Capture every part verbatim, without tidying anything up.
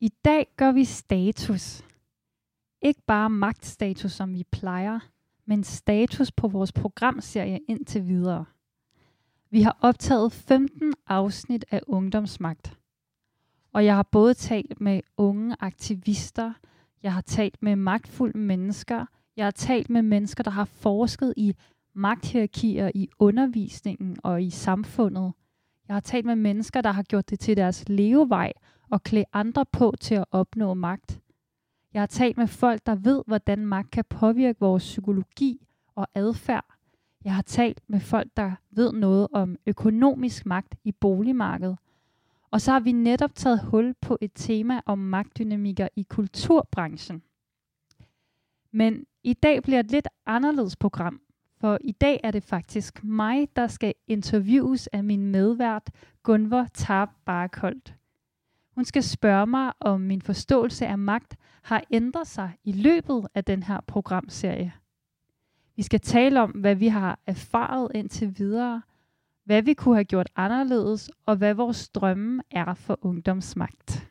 I dag gør vi status. Ikke bare magtstatus, som vi plejer, men status på vores programserie indtil videre. Vi har optaget femten afsnit af Ungdomsmagt. Og jeg har både talt med unge aktivister, jeg har talt med magtfulde mennesker, jeg har talt med mennesker, der har forsket i magthierarkier i undervisningen og i samfundet. Jeg har talt med mennesker, der har gjort det til deres levevej og klæde andre på til at opnå magt. Jeg har talt med folk, der ved, hvordan magt kan påvirke vores psykologi og adfærd. Jeg har talt med folk, der ved noget om økonomisk magt i boligmarkedet. Og så har vi netop taget hul på et tema om magtdynamikker i kulturbranchen. Men i dag bliver et lidt anderledes program, for i dag er det faktisk mig, der skal interviews af min medvært Gunvor Tarp Barkholt. Hun skal spørge mig, om min forståelse af magt har ændret sig i løbet af den her programserie. Vi skal tale om, hvad vi har erfaret indtil videre, hvad vi kunne have gjort anderledes, og hvad vores drømme er for ungdomsmagt.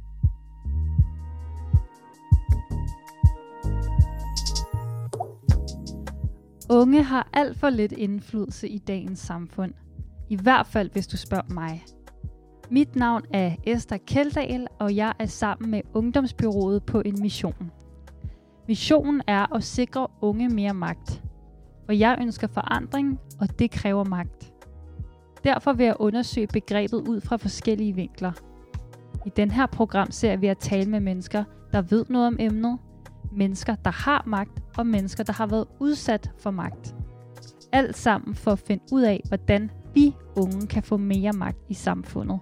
Unge har alt for lidt indflydelse i dagens samfund. I hvert fald, hvis du spørger mig. Mit navn er Esther Kjeldahl, og jeg er sammen med Ungdomsbyrået på en mission. Missionen er at sikre unge mere magt. For jeg ønsker forandring, og det kræver magt. Derfor vil jeg undersøge begrebet ud fra forskellige vinkler. I den her program ser vi at tale med mennesker, der ved noget om emnet, mennesker, der har magt, og mennesker, der har været udsat for magt. Alt sammen for at finde ud af, hvordan vi unge kan få mere magt i samfundet.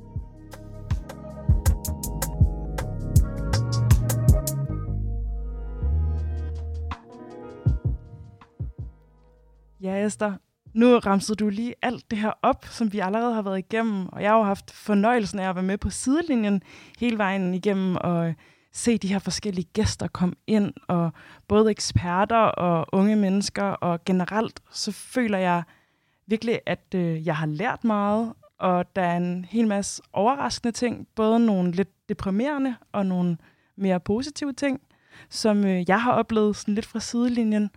Ja, Esther, nu ramsede du lige alt det her op, som vi allerede har været igennem, og jeg har jo haft fornøjelsen af at være med på sidelinjen hele vejen igennem og se de her forskellige gæster komme ind, og både eksperter og unge mennesker, og generelt så føler jeg virkelig, at øh, jeg har lært meget, og der er en hel masse overraskende ting, både nogle lidt deprimerende og nogle mere positive ting, som øh, jeg har oplevet sådan lidt fra sidelinjen.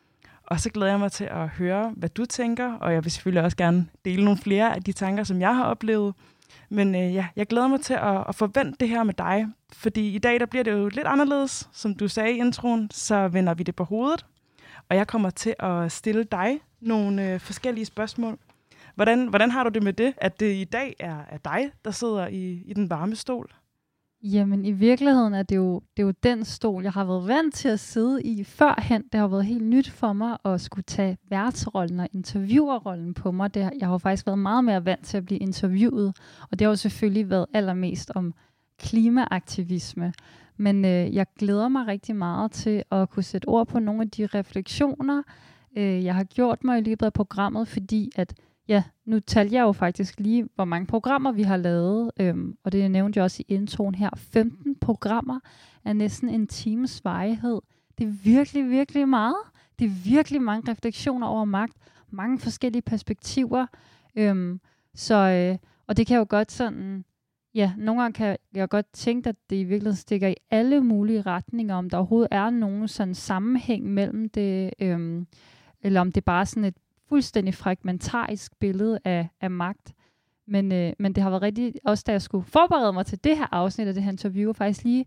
Og så glæder jeg mig til at høre, hvad du tænker, og jeg vil selvfølgelig også gerne dele nogle flere af de tanker, som jeg har oplevet. Men øh, ja, jeg glæder mig til at, at forvente det her med dig, fordi i dag der bliver det jo lidt anderledes, som du sagde i introen, så vender vi det på hovedet. Og jeg kommer til at stille dig nogle øh, forskellige spørgsmål. Hvordan, hvordan har du det med det, at det i dag er, er dig, der sidder i, i den varme stol? Jamen i virkeligheden er det, jo, det er jo den stol, jeg har været vant til at sidde i førhen. Det har været helt nyt for mig at skulle tage værtsrollen og interviewerrollen på mig. Det, jeg har faktisk været meget mere vant til at blive interviewet, og det har jo selvfølgelig været allermest om klimaaktivisme. Men øh, jeg glæder mig rigtig meget til at kunne sætte ord på nogle af de refleksioner, øh, jeg har gjort mig i løbet af programmet, fordi at ja, nu talte jeg jo faktisk lige, hvor mange programmer vi har lavet, øhm, og det nævnte jeg også i introen her. femten programmer er næsten en times varighed. Det er virkelig, virkelig meget. Det er virkelig mange refleksioner over magt, mange forskellige perspektiver. Øhm, så, øh, og det kan jo godt sådan, ja, nogle gange kan jeg godt tænke, at det i virkeligheden stikker i alle mulige retninger, om der overhovedet er nogen sådan sammenhæng mellem det, øhm, eller om det bare er sådan et fuldstændig fragmentarisk billede af, af magt. Men, øh, men det har været rigtig, også da jeg skulle forberede mig til det her afsnit af det her interview, faktisk lige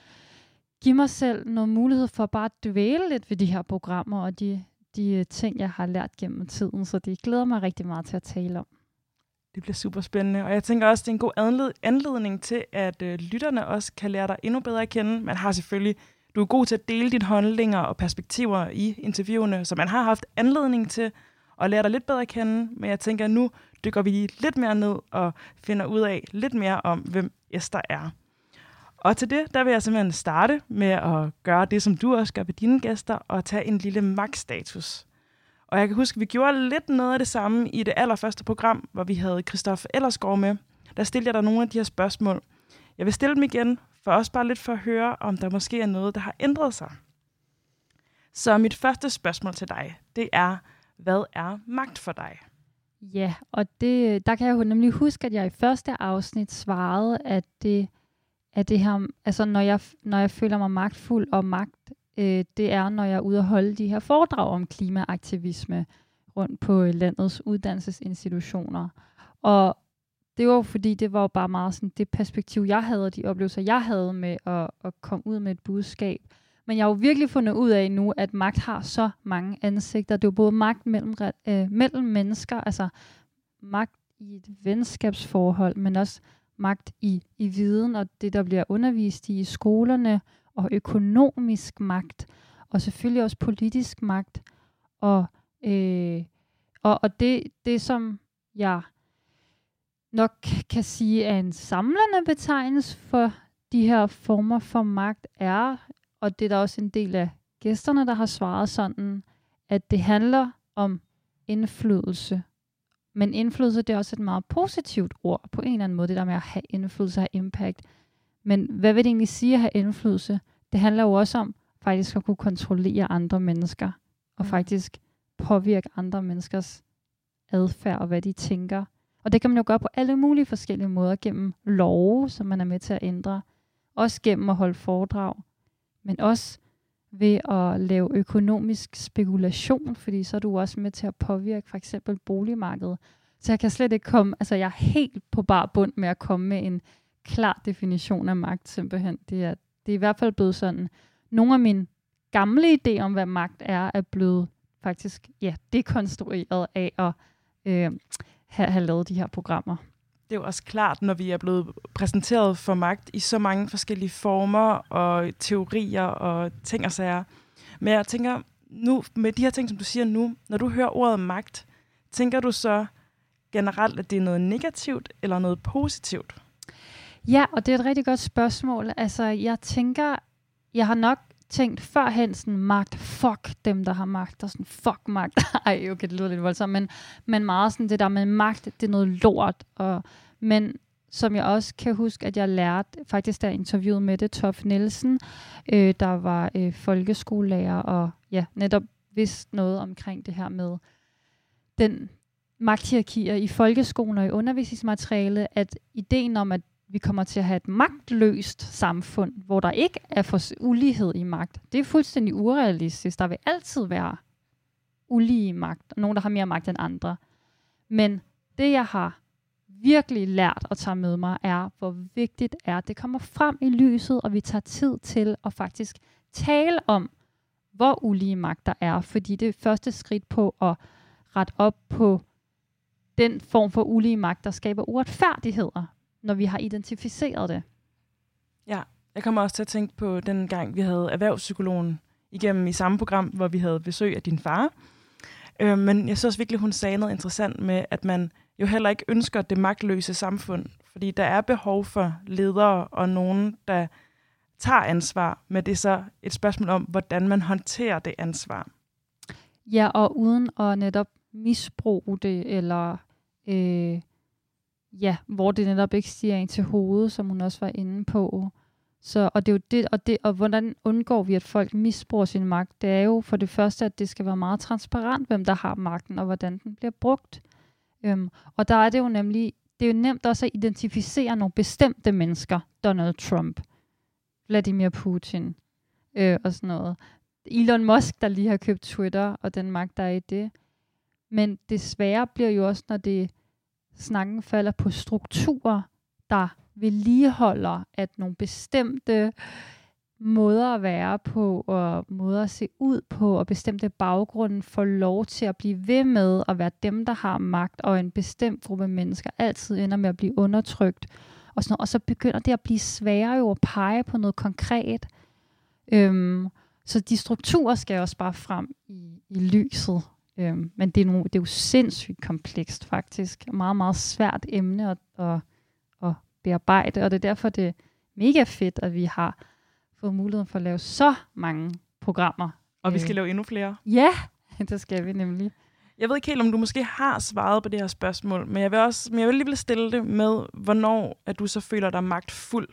give mig selv noget mulighed for bare at dvæle lidt ved de her programmer og de, de ting, jeg har lært gennem tiden. Så det glæder mig rigtig meget til at tale om. Det bliver super spændende, og jeg tænker også, det er en god anled- anledning til, at øh, lytterne også kan lære dig endnu bedre at kende. Man har selvfølgelig, du er god til at dele dine holdninger og perspektiver i interviewene, så man har haft anledning til og lære dig lidt bedre at kende, men jeg tænker, at nu dykker vi lidt mere ned og finder ud af lidt mere om, hvem Esther er. Og til det, der vil jeg simpelthen starte med at gøre det, som du også gør ved dine gæster, og tage en lille magtstatus. Og jeg kan huske, at vi gjorde lidt noget af det samme i det allerførste program, hvor vi havde Christoph Ellersgaard med. Der stillede jeg dig nogle af de her spørgsmål. Jeg vil stille dem igen, for også bare lidt for at høre, om der måske er noget, der har ændret sig. Så mit første spørgsmål til dig, det er, hvad er magt for dig? Ja, og det, der kan jeg jo nemlig huske, at jeg i første afsnit svarede, at det er det her, altså når jeg, når jeg føler mig magtfuld og magt, øh, det er, når jeg er ude at holde de her foredrag om klimaaktivisme rundt på landets uddannelsesinstitutioner. Og det var jo fordi, det var jo bare meget sådan det perspektiv, jeg havde, og de oplevelser, jeg havde med at, at komme ud med et budskab. Men jeg har jo virkelig fundet ud af nu, at magt har så mange ansigter. Det er jo både magt mellem, øh, mellem mennesker, altså magt i et venskabsforhold, men også magt i, i viden, og det, der bliver undervist i i skolerne, og økonomisk magt, og selvfølgelig også politisk magt. Og, øh, og, og det, det, som jeg nok kan sige er en samlende betegnelse for de her former for magt, er, og det er der også en del af gæsterne, der har svaret sådan, at det handler om indflydelse. Men indflydelse, det er også et meget positivt ord på en eller anden måde, det der med at have indflydelse og have impact. Men hvad vil det egentlig sige at have indflydelse? Det handler jo også om faktisk at kunne kontrollere andre mennesker, og faktisk påvirke andre menneskers adfærd og hvad de tænker. Og det kan man jo gøre på alle mulige forskellige måder, gennem love, som man er med til at ændre, også gennem at holde foredrag, men også ved at lave økonomisk spekulation, fordi så er du også med til at påvirke for eksempel boligmarkedet. Så jeg kan slet ikke komme, altså jeg er helt på bar bund med at komme med en klar definition af magt simpelthen. Det er, det er i hvert fald blevet sådan, nogle af mine gamle idéer om, hvad magt er, er blevet faktisk ja, dekonstrueret af at øh, have, have lavet de her programmer. Det er jo også klart, når vi er blevet præsenteret for magt i så mange forskellige former og teorier og ting og sager. Men jeg tænker, nu med de her ting, som du siger nu, når du hører ordet magt, tænker du så generelt, at det er noget negativt eller noget positivt? Ja, og det er et rigtig godt spørgsmål. Altså, jeg tænker, jeg har nok tænkt førhen sådan, magt, fuck dem, der har magt, og sådan, fuck magt. Ej, okay, det lyder lidt voldsomt, men, men meget sådan det der med magt, det er noget lort. Og, men som jeg også kan huske, at jeg lærte, faktisk der interviewet Mette Toft Nielsen, øh, der var øh, folkeskolelærer, og ja, netop vidste noget omkring det her med den magthierarkier i folkeskolen og i undervisningsmaterialet, at ideen om, at vi kommer til at have et magtløst samfund, hvor der ikke er for ulighed i magt. Det er fuldstændig urealistisk. Der vil altid være ulige magt, og nogen, der har mere magt end andre. Men det, jeg har virkelig lært at tage med mig, er, hvor vigtigt er, at det kommer frem i lyset, og vi tager tid til at faktisk tale om, hvor ulige magt der er. Fordi det er første skridt på at rette op på den form for ulige magt, der skaber uretfærdigheder, når vi har identificeret det. Ja, jeg kommer også til at tænke på den gang, vi havde erhvervspsykologen igennem i samme program, hvor vi havde besøg af din far. Øh, men jeg synes virkelig, hun sagde noget interessant med, at man jo heller ikke ønsker det magtløse samfund, fordi der er behov for ledere og nogen, der tager ansvar, men det er så et spørgsmål om, hvordan man håndterer det ansvar. Ja, og uden at netop misbruge det, eller øh, ja, hvor det netop ikke stiger ind til hovedet, som hun også var inde på. Så, og det er jo det, og det, og hvordan undgår vi, at folk misbruger sin magt? Det er jo for det første, at det skal være meget transparent, hvem der har magten, og hvordan den bliver brugt. Øhm, og der er det jo nemlig, det er jo nemt også at identificere nogle bestemte mennesker. Donald Trump, Vladimir Putin, øh, og sådan noget. Elon Musk, der lige har købt Twitter, og den magt, der er i det. Men det svære bliver jo også, når det snakken falder på strukturer, der vedligeholder, at nogle bestemte måder at være på, og måder at se ud på, og bestemte baggrunde får lov til at blive ved med at være dem, der har magt, og en bestemt gruppe mennesker altid ender med at blive undertrykt. Og, sådan noget. Og så begynder det at blive sværere jo at pege på noget konkret. Øhm, så de strukturer skal også bare frem i, i lyset. Øhm, men det er, no, det er jo sindssygt komplekst faktisk. Meget, meget svært emne at, at, at bearbejde. Og det er derfor, det er mega fedt, at vi har fået muligheden for at lave så mange programmer. Og vi skal øh. lave endnu flere. Ja, det skal vi nemlig. Jeg ved ikke helt, om du måske har svaret på det her spørgsmål, men jeg vil også, men jeg vil lige stille det med, hvornår at du så føler dig magtfuld.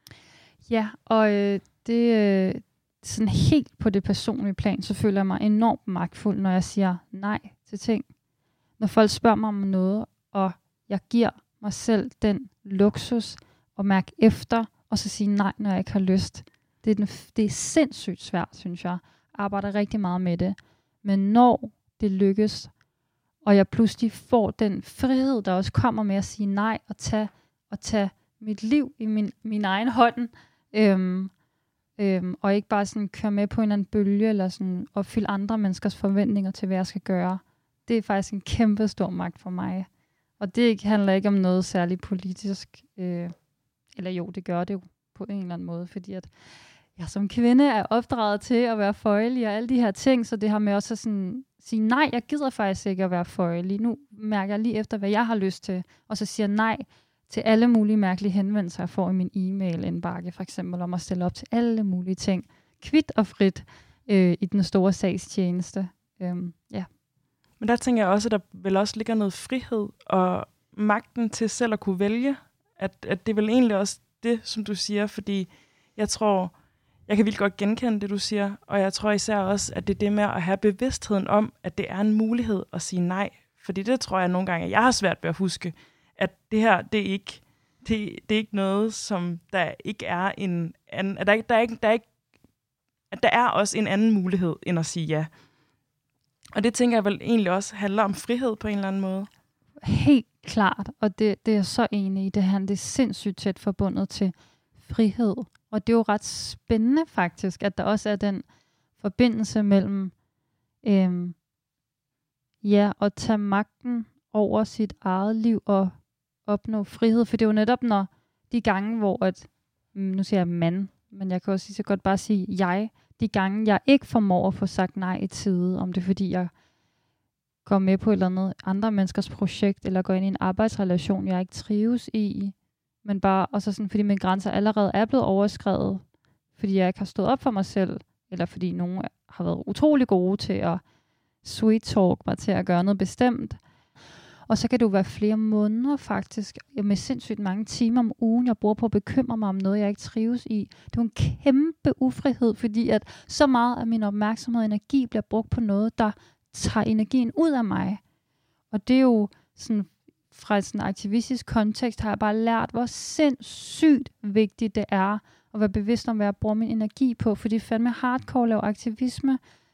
Ja, og øh, det øh, sådan helt på det personlige plan, så føler jeg mig enormt magtfuld, når jeg siger nej til ting. Når folk spørger mig om noget, og jeg giver mig selv den luksus at mærke efter og så sige nej, når jeg ikke har lyst. Det er, den, det er sindssygt svært, synes jeg. Jeg arbejder rigtig meget med det. Men når det lykkes, og jeg pludselig får den frihed, der også kommer med at sige nej, og tage, og tage mit liv i min, min egen hånd, øhm, øhm, og ikke bare sådan køre med på en eller anden bølge, eller sådan opfylde andre menneskers forventninger til, hvad jeg skal gøre. Det er faktisk en kæmpe stor magt for mig. Og det handler ikke om noget særligt politisk, øh, eller jo, det gør det jo på en eller anden måde, fordi at jeg som kvinde er opdraget til at være føjelig og alle de her ting, så det har med også at sådan, sige nej, jeg gider faktisk ikke at være føjelig. Nu mærker jeg lige efter, hvad jeg har lyst til, og så siger nej til alle mulige mærkelige henvendelser, jeg får i min e-mail-indbakke, for eksempel om at stille op til alle mulige ting, kvit og frit øh, i den store sagstjeneste. Øhm, ja. Men der tænker jeg også, at der vel også ligger noget frihed og magten til selv at kunne vælge, at, at det er vel egentlig også det, som du siger, fordi jeg tror, jeg kan virkelig godt genkende det, du siger, og jeg tror især også, at det er det med at have bevidstheden om, at det er en mulighed at sige nej. Fordi det tror jeg nogle gange, at jeg har svært ved at huske, at det her, det er ikke, det, det er ikke noget, som der ikke er en anden, at der, der er ikke, der er ikke, at der er også en anden mulighed, end at sige ja. Og det tænker jeg vel egentlig også handler om frihed på en eller anden måde. Helt klart, og det, det er jeg så enig i. Det her, det er sindssygt tæt forbundet til frihed. Og det er jo ret spændende faktisk, at der også er den forbindelse mellem øhm, ja, at tage magten over sit eget liv og opnå frihed. For det er jo netop når de gange, hvor at, nu siger jeg mand, men jeg kan også så godt bare sige jeg, de gange jeg ikke formår at få sagt nej i tide, om det er fordi jeg går med på et eller andet andre menneskers projekt, eller går ind i en arbejdsrelation, jeg ikke trives i, men bare, og så sådan, fordi mine grænser allerede er blevet overskredet, fordi jeg ikke har stået op for mig selv, eller fordi nogen har været utrolig gode til at sweet talk mig til at gøre noget bestemt. Og så kan det jo være flere måneder faktisk, med sindssygt mange timer om ugen, jeg bruger på at bekymre mig om noget, jeg ikke trives i. Det er jo en kæmpe ufrihed, fordi at så meget af min opmærksomhed og energi bliver brugt på noget, der tager energien ud af mig. Og det er jo sådan, fra en sådan aktivistisk kontekst, har jeg bare lært, hvor sindssygt vigtigt det er at være bevidst om, hvad jeg bruger min energi på, fordi det er fandme hardcore at lave aktivisme,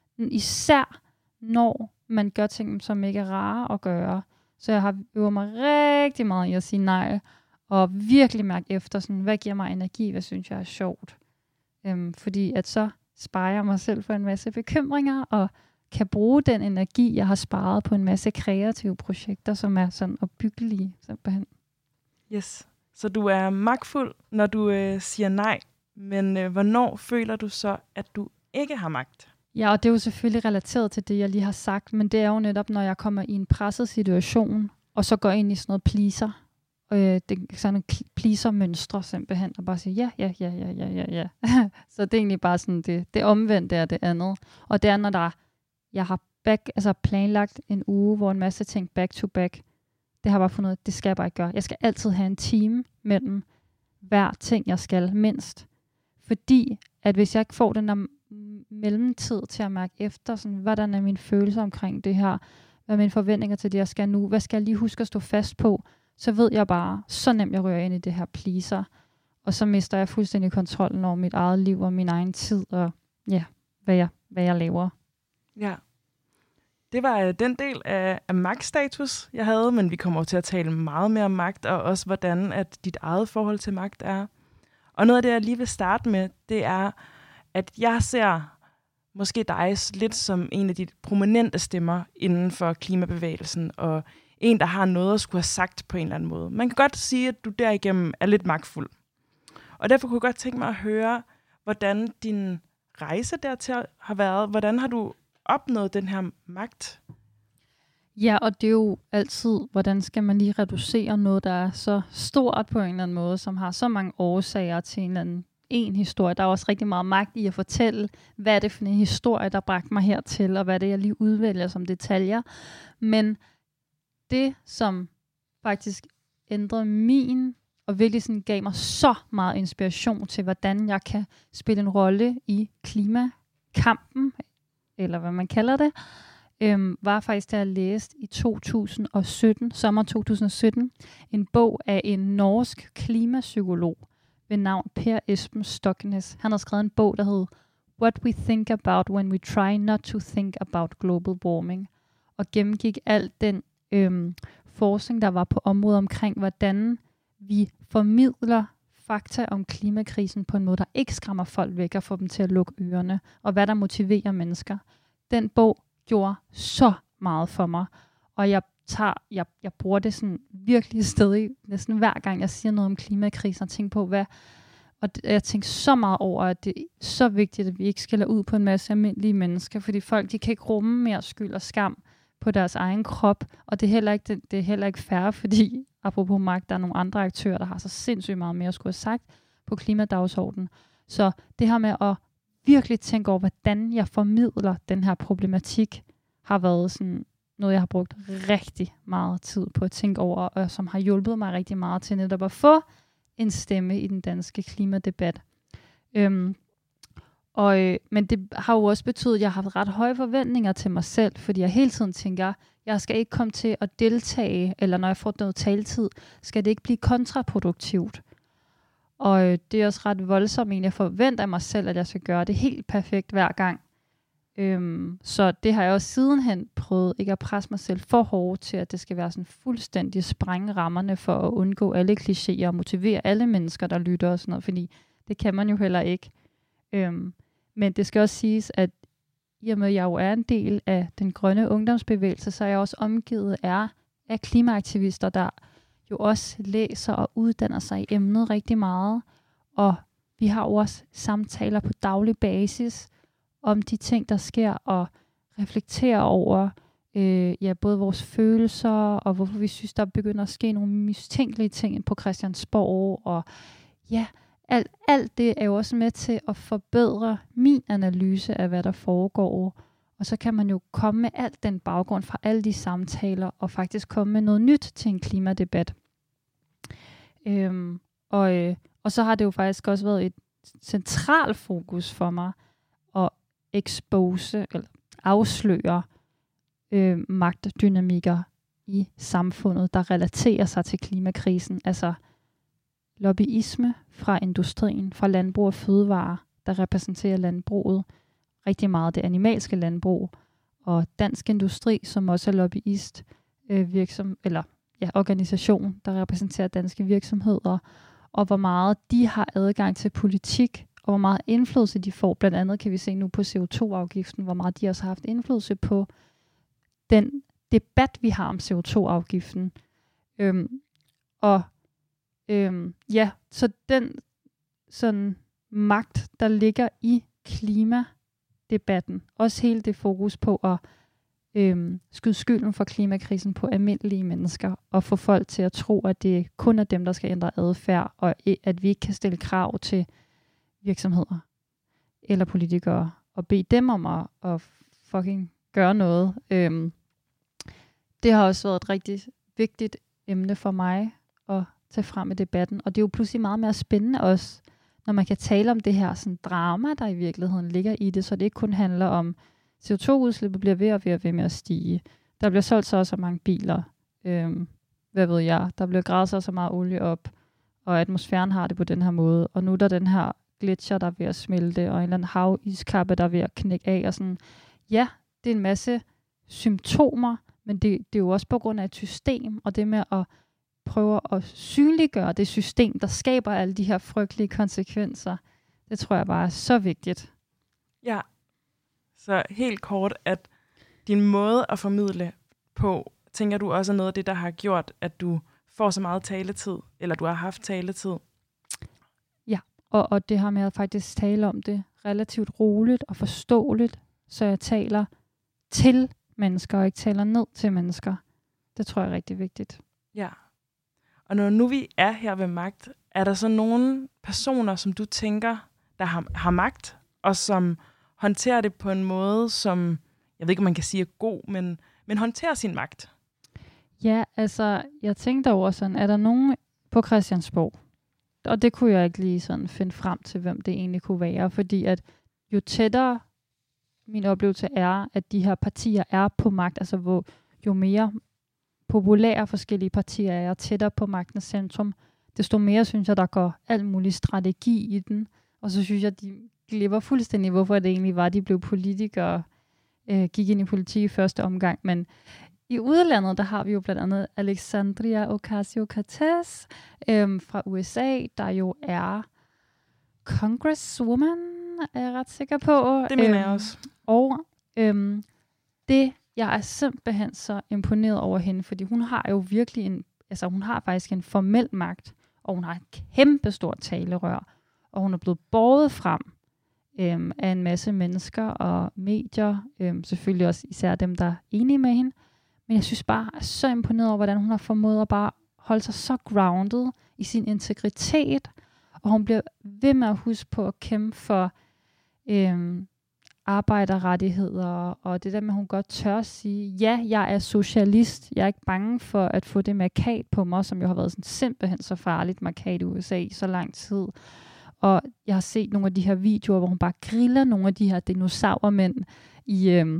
især når man gør ting, som ikke er rare at gøre. Så jeg har øvet mig rigtig meget i at sige nej, og virkelig mærke efter, sådan, hvad giver mig energi, hvad synes jeg er sjovt. Øhm, fordi at så sparer jeg mig selv for en masse bekymringer, og kan bruge den energi, jeg har sparet på en masse kreative projekter, som er sådan opbyggelige simpelthen. Yes. Så du er magtfuld, når du øh, siger nej, men øh, hvornår føler du så, at du ikke har magt? Ja, og det er jo selvfølgelig relateret til det, jeg lige har sagt, men det er jo netop, når jeg kommer i en presset situation, og så går ind i sådan noget pleaser. Øh, det er sådan en pleaser-mønstre simpelthen, og bare sige ja, ja, ja, ja, ja, ja, ja. Så det er egentlig bare sådan det, det omvendte er det andet. Og det er, når der, jeg har back, altså planlagt en uge, hvor en masse ting back to back, det har jeg bare fundet ud af, det skal jeg bare ikke gøre. Jeg skal altid have en time mellem hver ting, jeg skal mindst. Fordi, at hvis jeg ikke får den der mellemtid til at mærke efter, sådan, hvordan er mine følelser omkring det her, hvad er mine forventninger til det, jeg skal nu, hvad skal jeg lige huske at stå fast på, så ved jeg bare, så nemt jeg rører ind i det her pleaser, og så mister jeg fuldstændig kontrollen over mit eget liv og min egen tid, og ja, hvad jeg, hvad jeg laver. Ja, det var øh, den del af, af magtstatus, jeg havde, men vi kommer til at tale meget mere om magt, og også hvordan at dit eget forhold til magt er. Og noget af det, jeg lige vil starte med, det er, at jeg ser måske dig lidt som en af de prominente stemmer inden for klimabevægelsen, og en, der har noget at skulle have sagt på en eller anden måde. Man kan godt sige, at du derigennem er lidt magtfuld. Og derfor kunne jeg godt tænke mig at høre, hvordan din rejse dertil har været. Hvordan har du opnået den her magt? Ja, og det er jo altid, hvordan skal man lige reducere noget, der er så stort på en eller anden måde, som har så mange årsager til en eller anden en historie. Der er også rigtig meget magt i at fortælle, hvad er det for en historie, der bragte mig hertil, og hvad er det, jeg lige udvælger som detaljer. Men det, som faktisk ændrede min, og virkelig sådan gav mig så meget inspiration til, hvordan jeg kan spille en rolle i klimakampen, eller hvad man kalder det, øhm, var faktisk, da jeg læste i to tusind og sytten, sommer to tusind og sytten, en bog af en norsk klimapsykolog, ved navn Per Esben Stoknes. Han har skrevet en bog, der hedder What We Think About When We Try Not to Think About Global Warming, og gennemgik alt den øhm, forskning, der var på området omkring, hvordan vi formidler fakta om klimakrisen på en måde, der ikke skræmmer folk væk og får dem til at lukke ørerne, og hvad der motiverer mennesker. Den bog gjorde så meget for mig, og jeg tager, jeg, jeg bruger det sådan virkelig stadig, næsten hver gang jeg siger noget om klimakrisen, og tænker på, hvad, og jeg tænker så meget over, at det er så vigtigt, at vi ikke skal lade ud på en masse almindelige mennesker, fordi folk, de kan ikke rumme mere skyld og skam på deres egen krop, og det er heller ikke, det, det er heller ikke fair, fordi apropos magt, der er nogle andre aktører, der har så sindssygt meget mere at skulle have sagt på klimadagsordenen. Så det her med at virkelig tænke over, hvordan jeg formidler den her problematik, har været sådan noget, jeg har brugt rigtig meget tid på at tænke over, og som har hjulpet mig rigtig meget til netop at få en stemme i den danske klimadebat. Øhm, og, øh, men det har jo også betydet, at jeg har haft ret høje forventninger til mig selv, fordi jeg hele tiden tænker, jeg skal ikke komme til at deltage, eller når jeg får noget taletid, skal det ikke blive kontraproduktivt. Og øh, det er også ret voldsomt, egentlig. Jeg forventer af mig selv, at jeg skal gøre det helt perfekt hver gang. Øhm, så det har jeg også sidenhen prøvet ikke at presse mig selv for hårdt til, at det skal være sådan fuldstændig sprænge rammerne for at undgå alle klichéer og motivere alle mennesker, der lytter og sådan noget, fordi det kan man jo heller ikke. Øhm, men det skal også siges, at i og med, at jeg jo er en del af den grønne ungdomsbevægelse, så er jeg også omgivet af, af klimaaktivister, der jo også læser og uddanner sig i emnet rigtig meget. Og vi har jo også samtaler på daglig basis om de ting, der sker, og reflekterer over øh, ja, både vores følelser, og hvorfor vi synes, der begynder at ske nogle mistænkelige ting på Christiansborg. Og ja, alt, alt det er jo også med til at forbedre min analyse af, hvad der foregår. Og så kan man jo komme med alt den baggrund fra alle de samtaler, og faktisk komme med noget nyt til en klimadebat. Øhm, og, øh, og så har det jo faktisk også været et centralt fokus for mig, at expose, eller afsløre øh, magtdynamikker i samfundet, der relaterer sig til klimakrisen. Altså lobbyisme fra industrien, fra landbrug og fødevare, der repræsenterer landbruget, rigtig meget det animalske landbrug, og Dansk Industri, som også er lobbyist, øh, virksom, eller ja, organisation, der repræsenterer danske virksomheder, og hvor meget de har adgang til politik, og hvor meget indflydelse de får. Blandt andet kan vi se nu på C O to afgiften, hvor meget de også har haft indflydelse på den debat, vi har om C O to afgiften. Øhm, og øhm, ja, så den sådan magt, der ligger i klimadebatten, også hele det fokus på at øhm, skyde skylden for klimakrisen på almindelige mennesker, og få folk til at tro, at det kun er dem, der skal ændre adfærd, og at vi ikke kan stille krav til virksomheder eller politikere, og bede dem om at, at fucking gøre noget. Øhm, det har også været et rigtig vigtigt emne for mig at tage frem i debatten, og det er jo pludselig meget mere spændende også, når man kan tale om det her sådan drama, der i virkeligheden ligger i det, så det ikke kun handler om C O to udslippet bliver ved og ved og ved med at stige. Der bliver solgt så også mange biler. Øhm, hvad ved jeg? Der bliver gravet så så meget olie op, og atmosfæren har det på den her måde. Og nu er der den her gletsjer, der er ved at smelte, og en eller anden haviskappe, der er ved at knække af. Og sådan. Ja, det er en masse symptomer, men det, det er jo også på grund af et system, og det med at prøve at synliggøre det system, der skaber alle de her frygtelige konsekvenser, det tror jeg bare er så vigtigt. Ja, så helt kort, at din måde at formidle på, tænker du også er noget af det, der har gjort, at du får så meget taletid, eller du har haft taletid? Ja, og, og det her med at faktisk tale om det relativt roligt og forståeligt, så jeg taler til mennesker, og ikke taler ned til mennesker. Det tror jeg er rigtig vigtigt. Ja. Og når nu vi er her ved magt, er der så nogle personer, som du tænker, der har, har magt, og som håndterer det på en måde, som, jeg ved ikke, om man kan sige er god, men, men håndterer sin magt? Ja, altså, jeg tænkte over sådan, er der nogen på Christiansborg? Og det kunne jeg ikke lige sådan finde frem til, hvem det egentlig kunne være, fordi at jo tættere min oplevelse er, at de her partier er på magt, altså hvor jo mere populære forskellige partier er, tættere på magtens centrum, desto mere synes jeg, der går alt mulig strategi i den. Og så synes jeg, de glipper fuldstændig, hvorfor det egentlig var, de blev politikere, øh, gik ind i politik i første omgang. Men i udlandet, der har vi jo blandt andet Alexandria Ocasio-Cortez øh, fra U S A, der jo er congresswoman, er jeg ret sikker på. Det mener jeg også. Og øhm, det, jeg er simpelthen så imponeret over hende, fordi hun har jo virkelig en, altså hun har faktisk en formel magt, og hun har et kæmpe stort talerør, og hun er blevet båret frem øhm, af en masse mennesker og medier, øhm, selvfølgelig også især dem, der er enige med hende. Men jeg synes bare, jeg er så imponeret over, hvordan hun har formået at bare holde sig så grounded i sin integritet, og hun bliver ved med at huske på at kæmpe for øhm, arbejderrettigheder, og det der med, at hun godt tør at sige, ja, jeg er socialist, jeg er ikke bange for at få det markat på mig, som jo har været sådan simpelthen så farligt markat i U S A i så lang tid. Og jeg har set nogle af de her videoer, hvor hun bare griller nogle af de her dinosaurmænd i, øhm,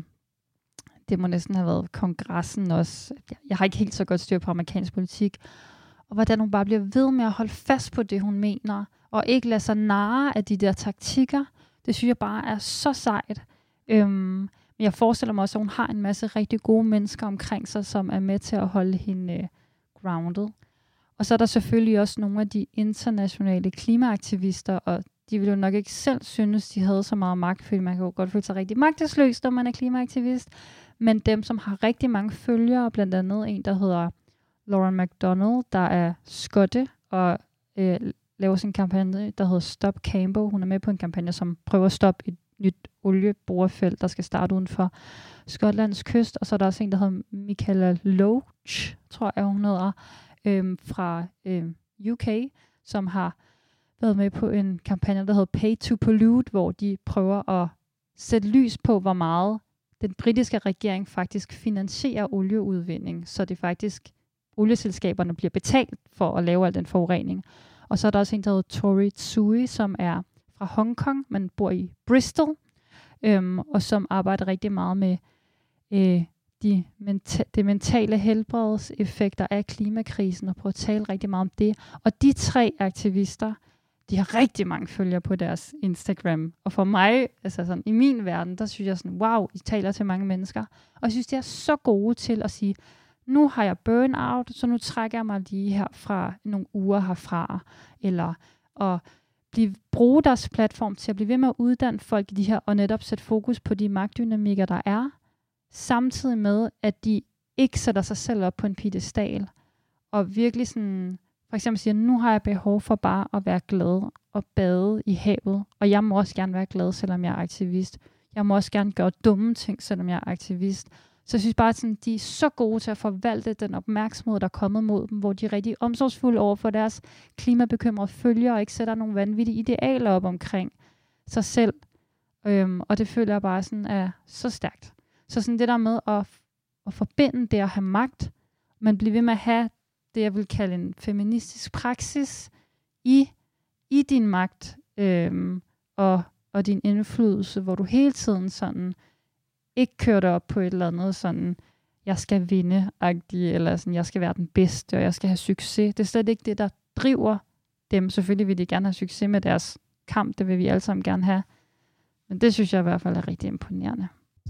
det må næsten have været kongressen også. Jeg har ikke helt så godt styr på amerikansk politik. Og hvordan hun bare bliver ved med at holde fast på det, hun mener, og ikke lade sig narre af de der taktikker. Det synes jeg bare er så sejt. Øhm, men jeg forestiller mig også, at hun har en masse rigtig gode mennesker omkring sig, som er med til at holde hende øh, grounded. Og så er der selvfølgelig også nogle af de internationale klimaaktivister, og de vil jo nok ikke selv synes, de havde så meget magt, fordi man kan jo godt føle sig rigtig magtesløs, når man er klimaaktivist. Men dem, som har rigtig mange følgere, blandt andet en, der hedder Lauren McDonald, der er skotte og øh, laver sin kampagne, der hedder Stop Cambo. Hun er med på en kampagne, som prøver at stoppe et nyt olieborefelt, der skal starte uden for Skotlands kyst. Og så er der også en, der hedder Michaela Loach, tror jeg, hun hedder, øh, fra øh, U K, som har været med på en kampagne, der hedder Pay to Pollute, hvor de prøver at sætte lys på, hvor meget den britiske regering faktisk finansierer olieudvinding, så det faktisk olieselskaberne bliver betalt for at lave al den forurening. Og så er der også en, der hedder Tori Tsui, som er fra Hongkong, men bor i Bristol, øhm, og som arbejder rigtig meget med øh, de menta- det mentale helbredseffekter af klimakrisen, og prøver at tale rigtig meget om det. Og de tre aktivister, de har rigtig mange følgere på deres Instagram. Og for mig, altså sådan, i min verden, der synes jeg sådan, wow, I taler til mange mennesker. Og jeg synes, de er så gode til at sige, nu har jeg burnout, så nu trækker jeg mig lige her fra nogle uger herfra. Eller at blive, bruge deres platform til at blive ved med at uddanne folk i de her, og netop sætte fokus på de magtdynamikker, der er. Samtidig med, at de ikke sætter sig selv op på en piedestal. Og virkelig sådan, for eksempel siger, nu har jeg behov for bare at være glad og bade i havet. Og jeg må også gerne være glad, selvom jeg er aktivist. Jeg må også gerne gøre dumme ting, selvom jeg er aktivist. Så jeg synes bare, at sådan, de er så gode til at forvalte den opmærksomhed, der er kommet mod dem, hvor de er rigtig omsorgsfulde over for deres klimabekymrede følgere, og ikke sætter nogle vanvittige idealer op omkring sig selv. Øhm, og det føler jeg bare sådan er så stærkt. Så sådan det der med at, at forbinde det at have magt, men blive ved med at have det, jeg vil kalde en feministisk praksis i, i din magt øhm, og, og din indflydelse, hvor du hele tiden sådan ikke kører dig op på et eller andet sådan, jeg skal vinde-agtigt, eller sådan, jeg skal være den bedste, og jeg skal have succes. Det er slet ikke det, der driver dem. Selvfølgelig vil de gerne have succes med deres kamp, det vil vi alle sammen gerne have. Men det synes jeg i hvert fald er rigtig imponerende.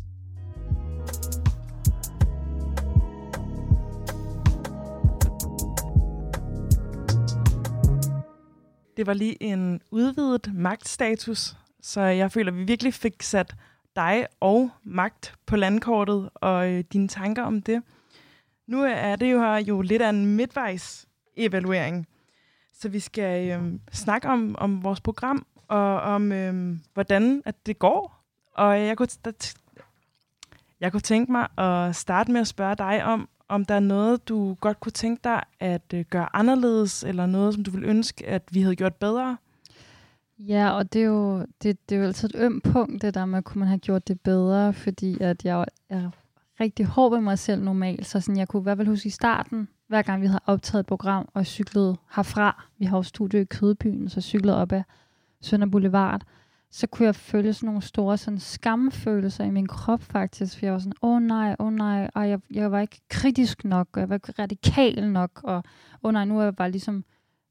Det var lige en udvidet magtstatus, så jeg føler, at vi virkelig fik sat dig og magt på landkortet, og øh, dine tanker om det. Nu er det jo her jo lidt af en midtvejs-evaluering, så vi skal øh, snakke om, om vores program, og om øh, hvordan at det går. Og jeg kunne, jeg kunne tænke mig at starte med at spørge dig om, om der er noget, du godt kunne tænke dig at øh, gøre anderledes, eller noget, som du ville ønske, at vi havde gjort bedre? Ja, og det er jo, det, det er jo altid et ømt punkt, det der med, kunne man have gjort det bedre, fordi at jeg er rigtig hård ved mig selv normalt, så sådan, jeg kunne i hvert fald huske i starten, hver gang vi havde optaget et program, og cyklede herfra, vi har jo studie i Kødbyen, så cyklede op ad Sønder Boulevard, så kunne jeg føle sådan nogle store sådan skamfølelser i min krop faktisk, for jeg var sådan, åh oh, nej, åh oh, nej, og jeg, jeg var ikke kritisk nok, og jeg var ikke radikal nok, og åh oh, nej, nu er jeg bare ligesom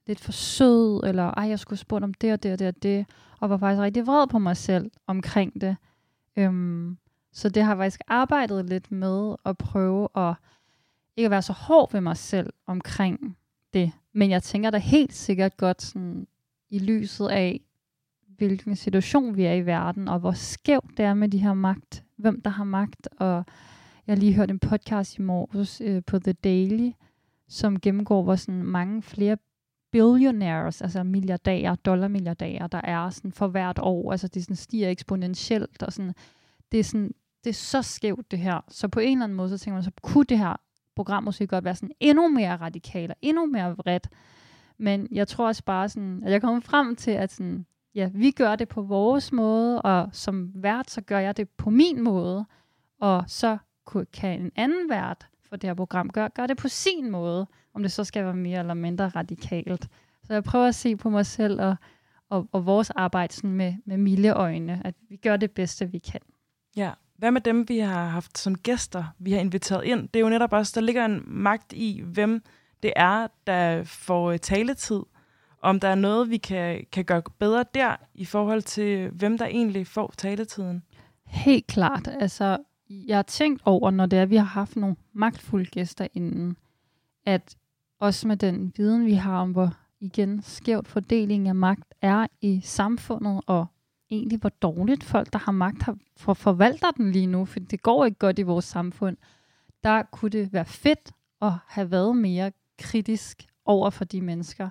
lidt for sød, eller ej, jeg skulle spurgt om det og det og det og det, og var faktisk rigtig vred på mig selv omkring det. Øhm, så det har jeg faktisk arbejdet lidt med at prøve at ikke at være så hård ved mig selv omkring det. Men jeg tænker da helt sikkert godt sådan, i lyset af, hvilken situation vi er i verden, og hvor skævt det er med de her magt, hvem der har magt. Og jeg har lige hørt en podcast i morges øh, på The Daily, som gennemgår, hvor sådan mange flere billionaires, altså milliardærer, dollarmilliardærer, der er sådan for hvert år. Altså det sådan stiger eksponentielt, og sådan, det er sådan, det er så skævt det her. Så på en eller anden måde, så tænker man, så kunne det her program måske godt være sådan endnu mere radikalt, og endnu mere vredt. Men jeg tror også bare sådan, at jeg kommer frem til, at sådan, ja, vi gør det på vores måde, og som vært, så gør jeg det på min måde, og så kan en anden vært for det her program gøre, gøre det på sin måde, om det så skal være mere eller mindre radikalt. Så jeg prøver at se på mig selv og, og, og vores arbejde sådan med, med milde øjne, at vi gør det bedste, vi kan. Ja, hvad med dem, vi har haft som gæster, vi har inviteret ind? Det er jo netop også, der ligger en magt i, hvem det er, der får taletid. Om der er noget, vi kan, kan gøre bedre der, i forhold til, hvem der egentlig får taletiden? Helt klart. Altså, jeg har tænkt over, når det er, vi har haft nogle magtfulde gæster inden, at også med den viden, vi har om, hvor igen skævt fordeling af magt er i samfundet, og egentlig hvor dårligt folk, der har magt, har, for forvalter den lige nu, for det går ikke godt i vores samfund, der kunne det være fedt at have været mere kritisk over for de mennesker.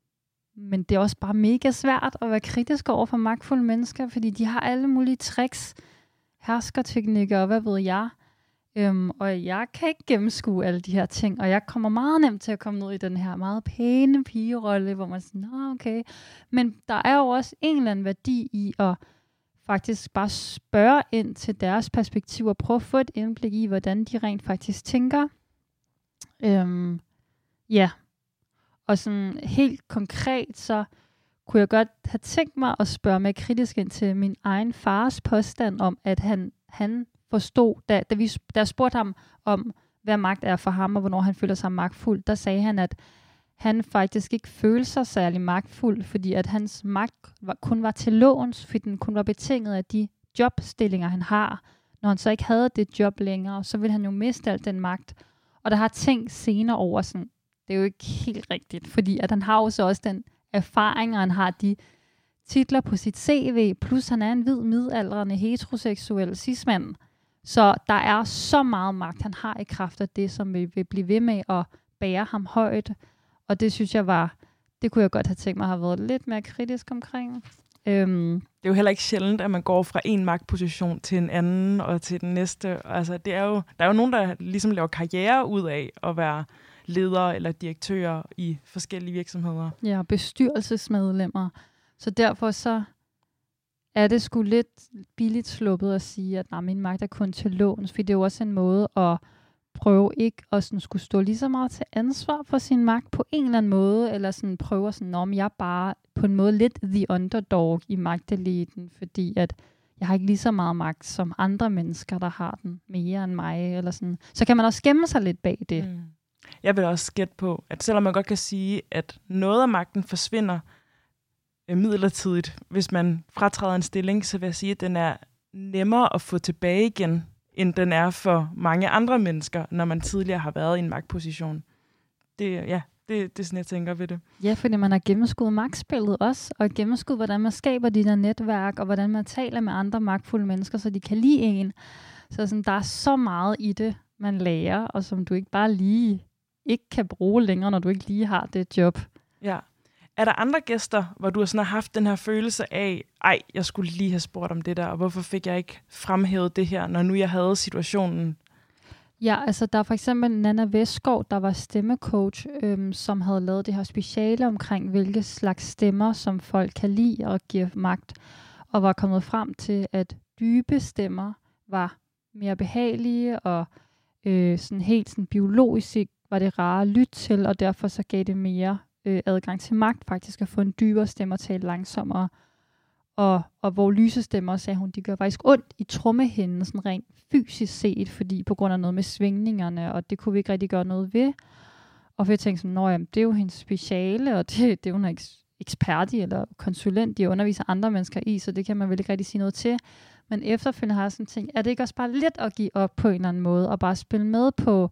Men det er også bare mega svært at være kritisk over for magtfulde mennesker, fordi de har alle mulige tricks, herskerteknikker og hvad ved jeg. Øhm, og jeg kan ikke gennemskue alle de her ting, og jeg kommer meget nemt til at komme ned i den her meget pæne pigerolle, hvor man siger, nå okay. Men der er jo også en eller anden værdi i at faktisk bare spørge ind til deres perspektiv, og prøve at få et indblik i, hvordan de rent faktisk tænker. Øhm, ja, og sådan helt konkret, så kunne jeg godt have tænkt mig at spørge mere kritisk ind til min egen fars påstand om, at han, han forstod, da, da, vi, da jeg spurgte ham om, hvad magt er for ham, og hvornår han føler sig magtfuld, der sagde han, at han faktisk ikke følte sig særlig magtfuld, fordi at hans magt var, kun var til låns, fordi den kun var betinget af de jobstillinger, han har. Når han så ikke havde det job længere, så ville han jo miste al den magt. Og der har tænkt senere over sådan, det er jo ikke helt rigtigt, fordi at han har jo så også den erfaring, og han har de titler på sit C V, plus han er en hvid, midaldrende, heteroseksuel cis-mand. Så der er så meget magt, han har i kraft af det, som vil, vil blive ved med at bære ham højt. Og det synes jeg var, det kunne jeg godt have tænkt mig at have været lidt mere kritisk omkring. Øhm. Det er jo heller ikke sjældent, at man går fra en magtposition til en anden, og til den næste. Altså, det er jo, der er jo nogen, der ligesom laver karriere ud af at være ledere eller direktører i forskellige virksomheder. Ja, bestyrelsesmedlemmer. Så derfor så er det sgu lidt billigt sluppet at sige, at nej, min magt er kun til låns, fordi det er jo også en måde at prøve ikke at sådan skulle stå lige så meget til ansvar for sin magt på en eller anden måde, eller sådan prøve sådan, om jeg er bare på en måde lidt the underdog i magteliten, fordi at jeg har ikke lige så meget magt som andre mennesker, der har den mere end mig, eller sådan. Så kan man også gemme sig lidt bag det. Mm. Jeg vil også gætte på, at selvom man godt kan sige, at noget af magten forsvinder øh, midlertidigt, hvis man fratræder en stilling, så vil jeg sige, at den er nemmere at få tilbage igen, end den er for mange andre mennesker, når man tidligere har været i en magtposition. Det, ja, det, det er sådan, jeg tænker ved det. Ja, fordi man har gennemskuet magtspillet også, og gennemskuet, hvordan man skaber de der netværk, og hvordan man taler med andre magtfulde mennesker, så de kan lide en. Så sådan, der er så meget i det, man lærer, og som du ikke bare lige ikke kan bruge længere, når du ikke lige har det job. Ja. Er der andre gæster, hvor du sådan har haft den her følelse af, ej, jeg skulle lige have spurgt om det der, og hvorfor fik jeg ikke fremhævet det her, når nu jeg havde situationen? Ja, altså der er for eksempel Nanna Vestgaard, der var stemmecoach, øhm, som havde lavet det her speciale omkring, hvilke slags stemmer, som folk kan lide og give magt, og var kommet frem til, at dybe stemmer var mere behagelige, og øh, sådan helt sådan biologisk var det rare at lytte til, og derfor så gav det mere øh, adgang til magt, faktisk at få en dybere stemme og tale langsommere. Og, og hvor lyse stemmer, sagde hun, de gør faktisk ondt i trommehinden, sådan rent fysisk set, fordi på grund af noget med svingningerne, og det kunne vi ikke rigtig gøre noget ved. Og for jeg tænkte sådan, nå, jamen, det er jo hendes speciale, og det, det er jo en eks- ekspert i, eller konsulent, de underviser andre mennesker i, så det kan man vel ikke rigtig sige noget til. Men efterfølgende har jeg sådan tænkt, er det ikke også bare lidt at give op på en eller anden måde, og bare spille med på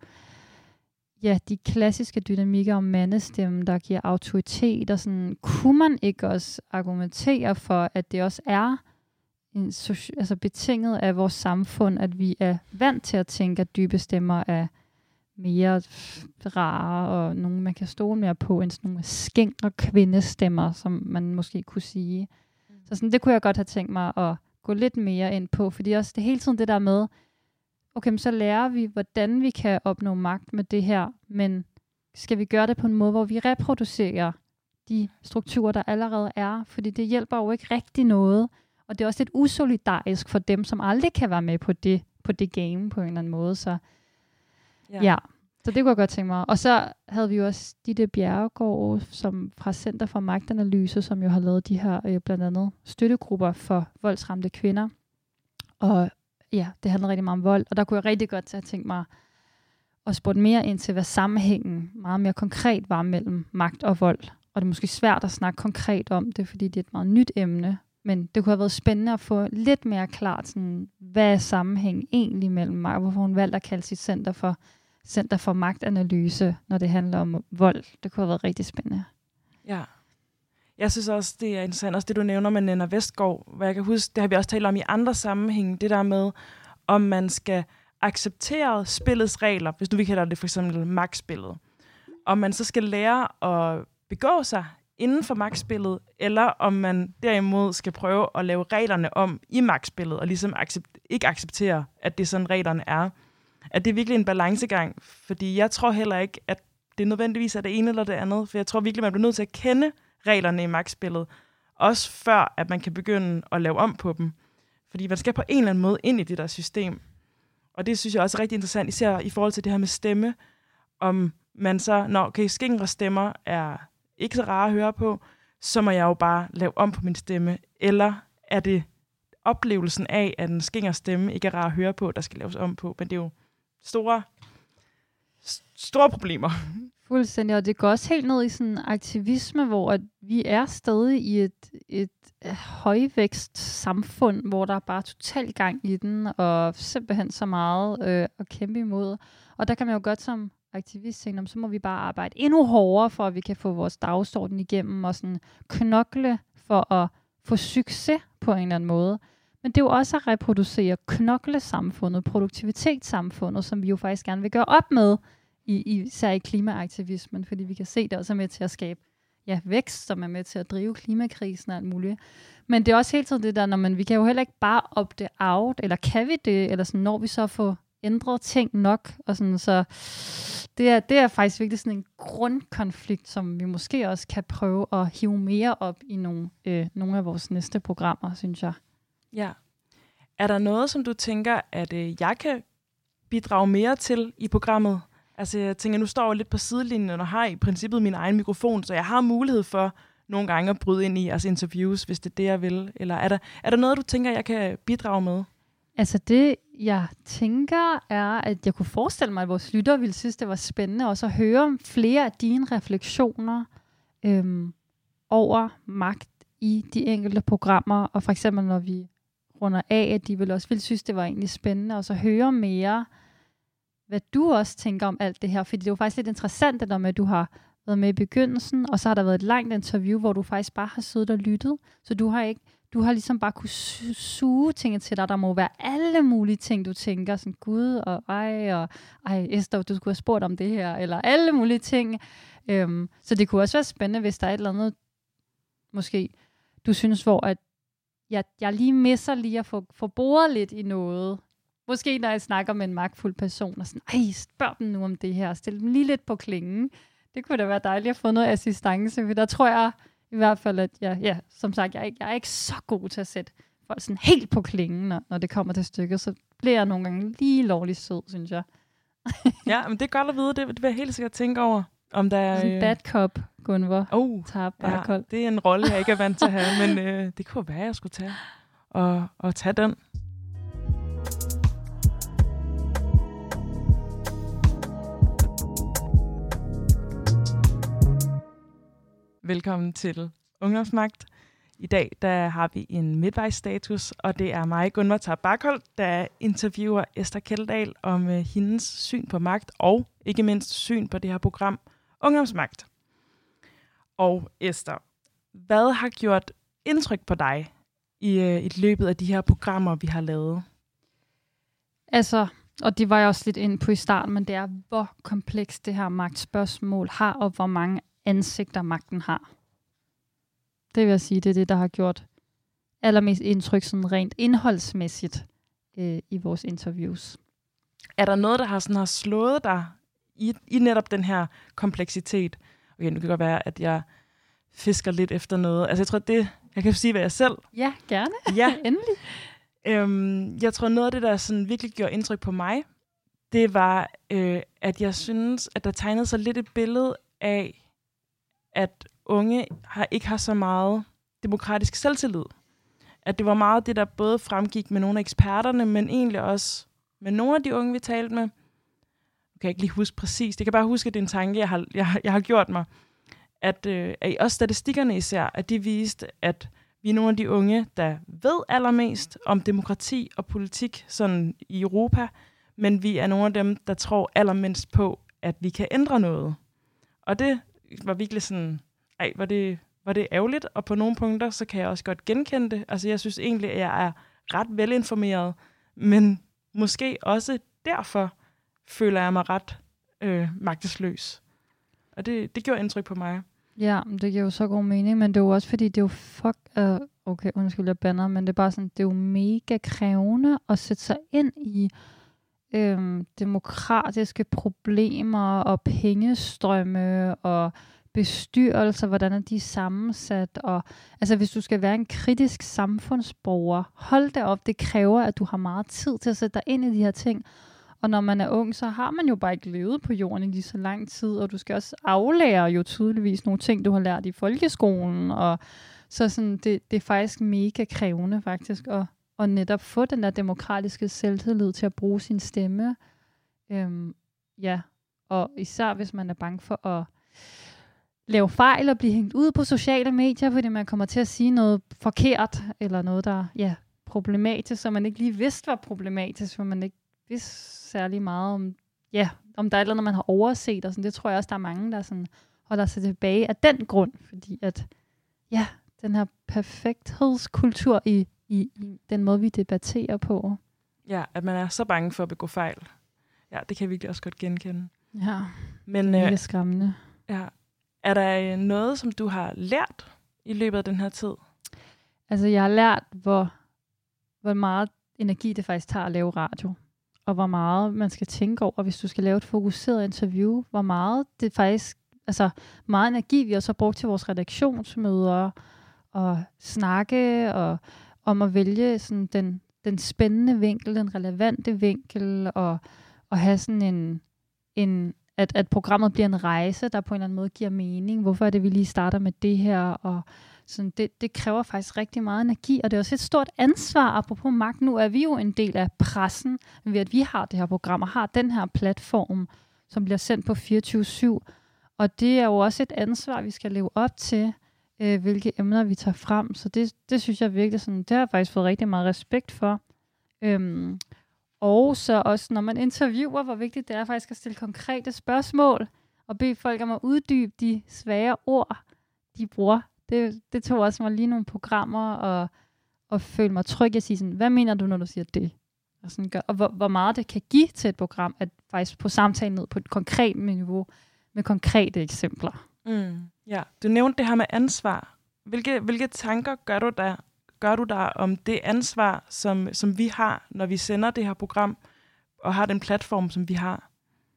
ja, de klassiske dynamikker om mandestemmen, der giver autoritet, og sådan, kunne man ikke også argumentere for, at det også er en, altså betinget af vores samfund, at vi er vant til at tænke, at dybe stemmer er mere rare, og nogle, man kan stole mere på, end sådan nogle skængre kvindestemmer, som man måske kunne sige. Mm. Så sådan, det kunne jeg godt have tænkt mig at gå lidt mere ind på, fordi også det hele tiden det der med, okay, men så lærer vi, hvordan vi kan opnå magt med det her, men skal vi gøre det på en måde, hvor vi reproducerer de strukturer, der allerede er, fordi det hjælper jo ikke rigtig noget, og det er også lidt usolidarisk for dem, som aldrig kan være med på det, på det game på en eller anden måde, så ja. ja. Så det kunne jeg godt tænke mig. Og så havde vi jo også Ditte Bjerregaard, som fra Center for Magtanalyse, som jo har lavet de her øh, blandt andet støttegrupper for voldsramte kvinder. Og ja, det handler rigtig meget om vold. Og der kunne jeg rigtig godt have tænkt mig at spurgte mere ind til, hvad sammenhængen meget mere konkret var mellem magt og vold. Og det er måske svært at snakke konkret om det, fordi det er et meget nyt emne. Men det kunne have været spændende at få lidt mere klart, sådan, hvad er sammenhængen egentlig mellem magt, hvorfor hun valgte at kalde sit center for Center for Magtanalyse, når det handler om vold. Det kunne have været rigtig spændende. Ja. Jeg synes også, det er interessant, også det du nævner med Nanna Westgaard, hvad jeg kan huske, det har vi også talt om i andre sammenhænge, det der med, om man skal acceptere spillets regler, hvis nu vi kalder det for eksempel magtspillet, om man så skal lære at begå sig inden for magtspillet, eller om man derimod skal prøve at lave reglerne om i magtspillet, og ligesom accept- ikke acceptere, at det er sådan reglerne er. At det er virkelig en balancegang, fordi jeg tror heller ikke, at det nødvendigvis er det ene eller det andet, for jeg tror virkelig, man bliver nødt til at kende reglerne i magtspillet, også før, at man kan begynde at lave om på dem. Fordi man skal på en eller anden måde ind i det der system. Og det synes jeg også er rigtig interessant, især i forhold til det her med stemme, om man så, når okay, skingre stemmer er ikke så rare at høre på, så må jeg jo bare lave om på min stemme, eller er det oplevelsen af, at en skinger stemme ikke er rar at høre på, der skal laves om på, men det er jo store, store problemer. Fuldstændig, og det går også helt ned i sådan en aktivisme, hvor at vi er stadig i et, et højvækst samfund, hvor der er bare total gang i den, og simpelthen så meget øh, at kæmpe imod. Og der kan man jo godt som aktivist tænke, så må vi bare arbejde endnu hårdere, for at vi kan få vores dagsorden igennem, og sådan knokle for at få succes på en eller anden måde. Men det er jo også at reproducere knoklesamfundet, produktivitetssamfundet, som vi jo faktisk gerne vil gøre op med, i, især i klimaaktivismen, fordi vi kan se, det også er med til at skabe ja, vækst, som er med til at drive klimakrisen og alt muligt. Men det er også hele tiden det der, når man, vi kan jo heller ikke bare opte out, eller kan vi det, eller sådan, når vi så får ændret ting nok, og sådan, så det er, det er faktisk virkelig sådan en grundkonflikt, som vi måske også kan prøve at hive mere op i nogle, øh, nogle af vores næste programmer, synes jeg. Ja. Er der noget, som du tænker, at øh, jeg kan bidrage mere til i programmet? Altså jeg tænker, nu står jeg lidt på sidelinjen og har i princippet min egen mikrofon, så jeg har mulighed for nogle gange at bryde ind i altså interviews, hvis det er det, jeg vil. Eller er der, er der noget, du tænker, jeg kan bidrage med? Altså det, jeg tænker, er, at jeg kunne forestille mig, at vores lyttere ville synes, det var spændende også at høre flere af dine refleksioner øhm, over magt i de enkelte programmer. Og for eksempel, når vi runder af, at de ville også ville synes, det var egentlig spændende også at høre mere, hvad du også tænker om alt det her. Fordi det er jo faktisk lidt interessant, det der med, at du har været med i begyndelsen, og så har der været et langt interview, hvor du faktisk bare har siddet og lyttet. Så du har ikke Du har ligesom bare kunne su- suge ting til dig. Der må være alle mulige ting, du tænker. Sådan, gud og ej, og ej, Esther, du skulle have spurgt om det her. Eller alle mulige ting. Øhm, så det kunne også være spændende, hvis der er et eller andet, måske, du synes, hvor at jeg, jeg lige misser lige at få, få boret lidt i noget. Måske når jeg snakker med en magtfuld person, og sådan, ej, spørg dem nu om det her. Stil dem lige lidt på klingen. Det kunne da være dejligt at få noget assistance, for der tror jeg, i hvert fald, at jeg, ja, som sagt, jeg er, ikke, jeg er ikke så god til at sætte folk sådan helt på klingen, når, når det kommer til stykket. Så bliver jeg nogle gange lige lovligt sød, synes jeg. Ja, men det er godt at vide. Det, det vil jeg helt sikkert tænke over. Om der er sådan en bad cop, Gunvor. Oh, tager bare ja, koldt. det er en rolle, jeg ikke er vant til at have, men øh, det kunne være, jeg skulle tage og, og tage den. Velkommen til Ungdomsmagt. I dag der har vi en midtvejsstatus, og det er mig, Gunvar Tarp Bakholt, der interviewer Esther Kjeldahl om uh, hendes syn på magt, og ikke mindst syn på det her program Ungdomsmagt. Og Esther, hvad har gjort indtryk på dig i, uh, i løbet af de her programmer, vi har lavet? Altså, og det var jeg også lidt inde på i starten, men det er, hvor komplekst det her magtspørgsmål har, og hvor mange ansigter magten har. Det vil jeg sige, det er det, der har gjort allermest indtryk sådan rent indholdsmæssigt øh, i vores interviews. Er der noget, der har, sådan, har slået dig i, i netop den her kompleksitet? Okay, nu kan det godt være, at jeg fisker lidt efter noget. Altså jeg tror, det, jeg kan sige, hvad jeg selv... Ja, gerne. Ja, endelig. Øhm, jeg tror, noget af det, der sådan virkelig gjorde indtryk på mig, det var, øh, at jeg synes, at der tegnede sig lidt et billede af, at unge har, ikke har så meget demokratisk selvtillid. At det var meget det, der både fremgik med nogle af eksperterne, men egentlig også med nogle af de unge, vi talte med. Jeg kan ikke lige huske præcis. Jeg kan bare huske, at det er en tanke, jeg har, jeg, jeg har gjort mig. At, øh, at også statistikkerne især, at de viste, at vi er nogle af de unge, der ved allermest om demokrati og politik sådan i Europa, men vi er nogle af dem, der tror allermindst på, at vi kan ændre noget. Og det var virkelig sådan, ej, var det, var det ærgerligt, og på nogle punkter, så kan jeg også godt genkende det. Altså jeg synes egentlig, at jeg er ret velinformeret, men måske også derfor føler jeg mig ret øh, magtesløs. Og det, det gjorde indtryk på mig. Ja, det giver jo så god mening, men det er jo også fordi, det er jo fuck, uh, okay, undskyld, jeg bander, men det er bare sådan, det er jo mega krævende at sætte sig ind i øhm, demokratiske problemer og pengestrømme og bestyrelser, hvordan er de sammensat, og altså hvis du skal være en kritisk samfundsborger, hold da op, det kræver, at du har meget tid til at sætte dig ind i de her ting. Og når man er ung, så har man jo bare ikke levet på jorden i lige så lang tid, og du skal også aflære jo tydeligvis nogle ting, du har lært i folkeskolen, og så sådan, det, det er faktisk mega krævende faktisk, at, at netop få den der demokratiske selvtillid til at bruge sin stemme. Øhm, ja, og især hvis man er bange for at lave fejl og blive hængt ud på sociale medier, fordi man kommer til at sige noget forkert, eller noget, der ja, problematisk, som man ikke lige vidste var problematisk, for man ikke vidste særlig meget om, ja, om der er et eller andet, man har overset, og sådan. Det tror jeg også, der er mange, der sådan holder sig tilbage af den grund, fordi at, ja, den her perfekthedskultur i, i, i den måde, vi debatterer på. Ja, at man er så bange for at begå fejl. Ja, det kan jeg virkelig også godt genkende. Ja, men det er øh, skræmmende. Ja. Er der noget, som du har lært i løbet af den her tid? Altså, jeg har lært, hvor, hvor meget energi det faktisk tager at lave radio. Og hvor meget man skal tænke over, hvis du skal lave et fokuseret interview. Hvor meget det faktisk, altså meget energi, vi også har brugt til vores redaktionsmøder, og snakke, og om at vælge sådan den, den spændende vinkel, den relevante vinkel, og, og have sådan en, en at, at programmet bliver en rejse, der på en eller anden måde giver mening. Hvorfor er det, vi lige starter med det her? Og sådan, det, det kræver faktisk rigtig meget energi, og det er også et stort ansvar, apropos magt. Nu er vi jo en del af pressen, ved at vi har det her program, og har den her platform, som bliver sendt på fireogtyve syv. Og det er jo også et ansvar, vi skal leve op til, øh, hvilke emner vi tager frem. Så det, det synes jeg virkelig, sådan, det har jeg faktisk fået rigtig meget respekt for. Øhm, og så også, når man interviewer, hvor vigtigt det er faktisk at stille konkrete spørgsmål, og bede folk om at uddybe de svære ord, de bruger. Det, det tog også mig lige nogle programmer, og, og føle mig tryg at sige sådan, hvad mener du, når du siger det? Og, sådan gør, og hvor, hvor meget det kan give til et program, at faktisk på samtalen ned på et konkret niveau, med konkrete eksempler. Mm, ja, du nævnte det her med ansvar. Hvilke, hvilke tanker gør du der, gør du der om det ansvar, som, som vi har, når vi sender det her program, og har den platform, som vi har?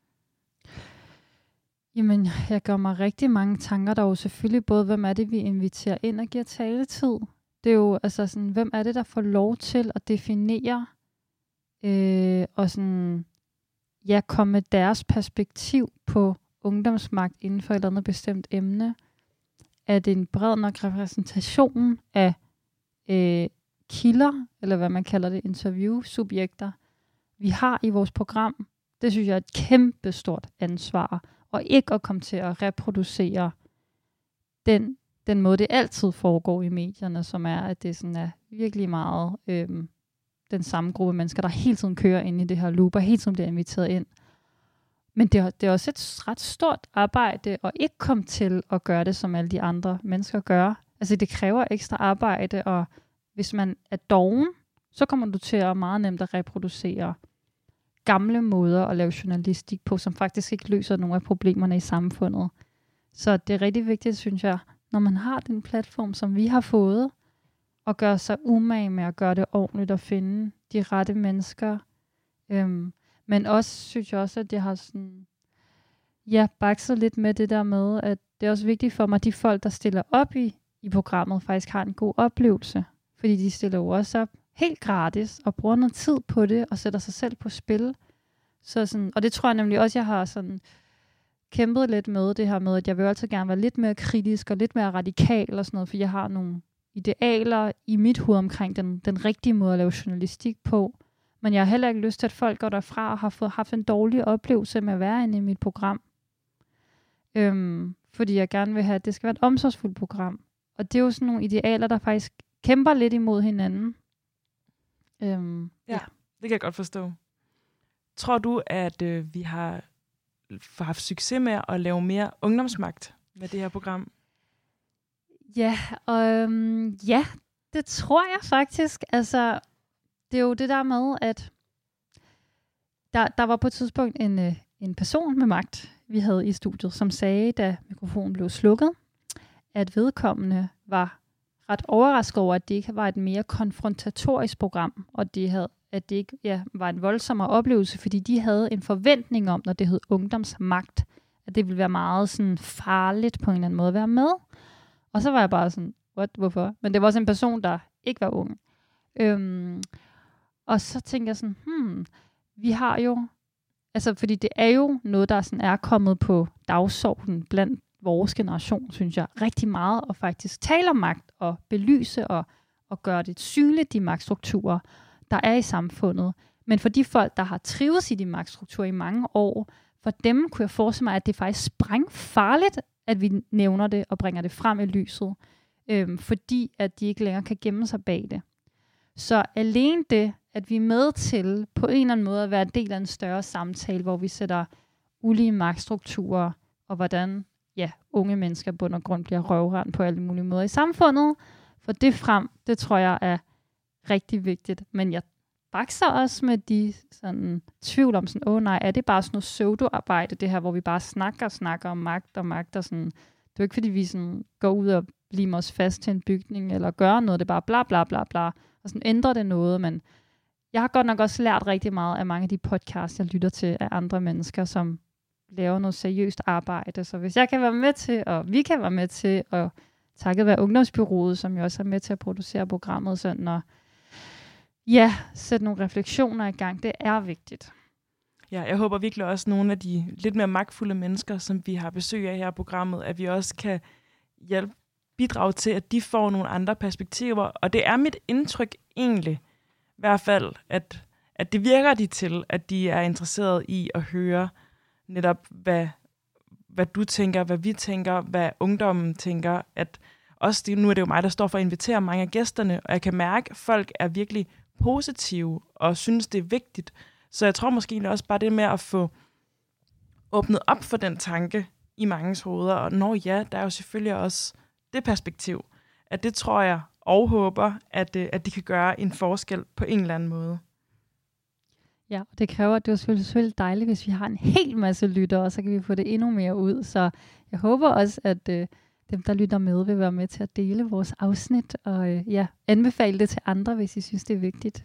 Jamen, jeg gør mig rigtig mange tanker. Der er jo selvfølgelig både, hvem er det, vi inviterer ind og giver taletid. Det er jo, altså sådan, hvem er det, der får lov til at definere, øh, og sådan, ja, komme med deres perspektiv på ungdomsmagt inden for et eller andet bestemt emne. Er det en bred nok repræsentation af øh, kilder, eller hvad man kalder det, interviewsubjekter, vi har i vores program? Det synes jeg er et kæmpe stort ansvar, og ikke at komme til at reproducere den den måde, det altid foregår i medierne, som er, at det sådan er virkelig meget øhm, den samme gruppe mennesker, der hele tiden kører ind i det her loop, og hele tiden bliver inviteret ind. Men det er, det er også et ret stort arbejde at ikke komme til at gøre det, som alle de andre mennesker gør. Altså det kræver ekstra arbejde, og hvis man er doven, så kommer du til at meget nemt at reproducere gamle måder at lave journalistik på, som faktisk ikke løser nogle af problemerne i samfundet. Så det er rigtig vigtigt, synes jeg, når man har den platform, som vi har fået, at gøre sig umage med at gøre det ordentligt og finde de rette mennesker. Øhm, men også synes jeg også, at jeg har sådan, ja, bakset lidt med det der med, at det er også vigtigt for mig, at de folk, der stiller op i, i programmet, faktisk har en god oplevelse. Fordi de stiller jo også op helt gratis, og bruger noget tid på det, og sætter sig selv på spil. Så sådan, og det tror jeg nemlig også, jeg har sådan kæmpet lidt med, det her med, at jeg vil altid gerne være lidt mere kritisk, og lidt mere radikal og sådan noget, for jeg har nogle idealer i mit hoved omkring den, den rigtige måde at lave journalistik på. Men jeg har heller ikke lyst til, at folk går derfra og har fået, haft en dårlig oplevelse med at være inde i mit program. Øhm, fordi jeg gerne vil have, at det skal være et omsorgsfuldt program. Og det er jo sådan nogle idealer, der faktisk kæmper lidt imod hinanden. Øhm, ja, ja, det kan jeg godt forstå. Tror du, at øh, vi har haft succes med at lave mere ungdomsmagt med det her program? Ja, og, øhm, ja, det tror jeg faktisk. Altså, det er jo det der med, at der, der var på et tidspunkt en, øh, en person med magt, vi havde i studiet, som sagde, da mikrofonen blev slukket, at vedkommende var ret overrasket over, at det ikke var et mere konfrontatorisk program, og det havde, at det ikke ja, var en voldsommere oplevelse, fordi de havde en forventning om, når det hed ungdomsmagt, at det ville være meget sådan farligt på en eller anden måde at være med. Og så var jeg bare sådan, what, hvorfor? Men det var også en person, der ikke var ung. Øhm, og så tænkte jeg sådan, hmm, vi har jo, altså fordi det er jo noget, der sådan er kommet på dagsordenen blandt vores generation, synes jeg, rigtig meget, og faktisk tale om magt, og belyse, og, og gøre det synligt, de magtstrukturer, der er i samfundet. Men for de folk, der har trives i de magtstrukturer i mange år, for dem kunne jeg forestille mig, at det er faktisk sprængfarligt, at vi nævner det og bringer det frem i lyset, øhm, fordi at de ikke længere kan gemme sig bag det. Så alene det, at vi er med til på en eller anden måde at være en del af en større samtale, hvor vi sætter ulige magtstrukturer, og hvordan ja, unge mennesker bund og grund bliver røvrendt på alle mulige måder i samfundet, for det frem, det tror jeg er rigtig vigtigt. Men jeg bakser også med de sådan, tvivl om sådan, åh oh, nej, er det bare sådan noget pseudoarbejde, det her, hvor vi bare snakker og snakker om magt og magt, og sådan, det er jo ikke fordi, vi sådan går ud og limer os fast til en bygning, eller gør noget, det er bare bla bla bla bla, og sådan ændrer det noget, men jeg har godt nok også lært rigtig meget af mange af de podcasts, jeg lytter til af andre mennesker, som laver noget seriøst arbejde, så hvis jeg kan være med til, og vi kan være med til, og takket være Ungdomsbureauet, som jo også er med til at producere programmet, sådan og ja, sætte nogle refleksioner i gang. Det er vigtigt. Ja, jeg håber virkelig også nogle af de lidt mere magtfulde mennesker, som vi har besøg af her i programmet, at vi også kan hjælpe, bidrage til, at de får nogle andre perspektiver. Og det er mit indtryk egentlig, i hvert fald, at, at det virker de til, at de er interesseret i at høre netop, hvad, hvad du tænker, hvad vi tænker, hvad ungdommen tænker. At også det, nu er det jo mig, der står for at invitere mange af gæsterne, og jeg kan mærke, at folk er virkelig positive og synes, det er vigtigt. Så jeg tror måske også bare det med at få åbnet op for den tanke i manges hoveder. Og når ja, der er jo selvfølgelig også det perspektiv, at det tror jeg og håber, at, at de kan gøre en forskel på en eller anden måde. Ja, og det kræver, at det er selvfølgelig, selvfølgelig dejligt, hvis vi har en hel masse lyttere, og så kan vi få det endnu mere ud. Så jeg håber også, at øh, dem, der lytter med, vil være med til at dele vores afsnit, og øh, ja, anbefale det til andre, hvis I synes, det er vigtigt.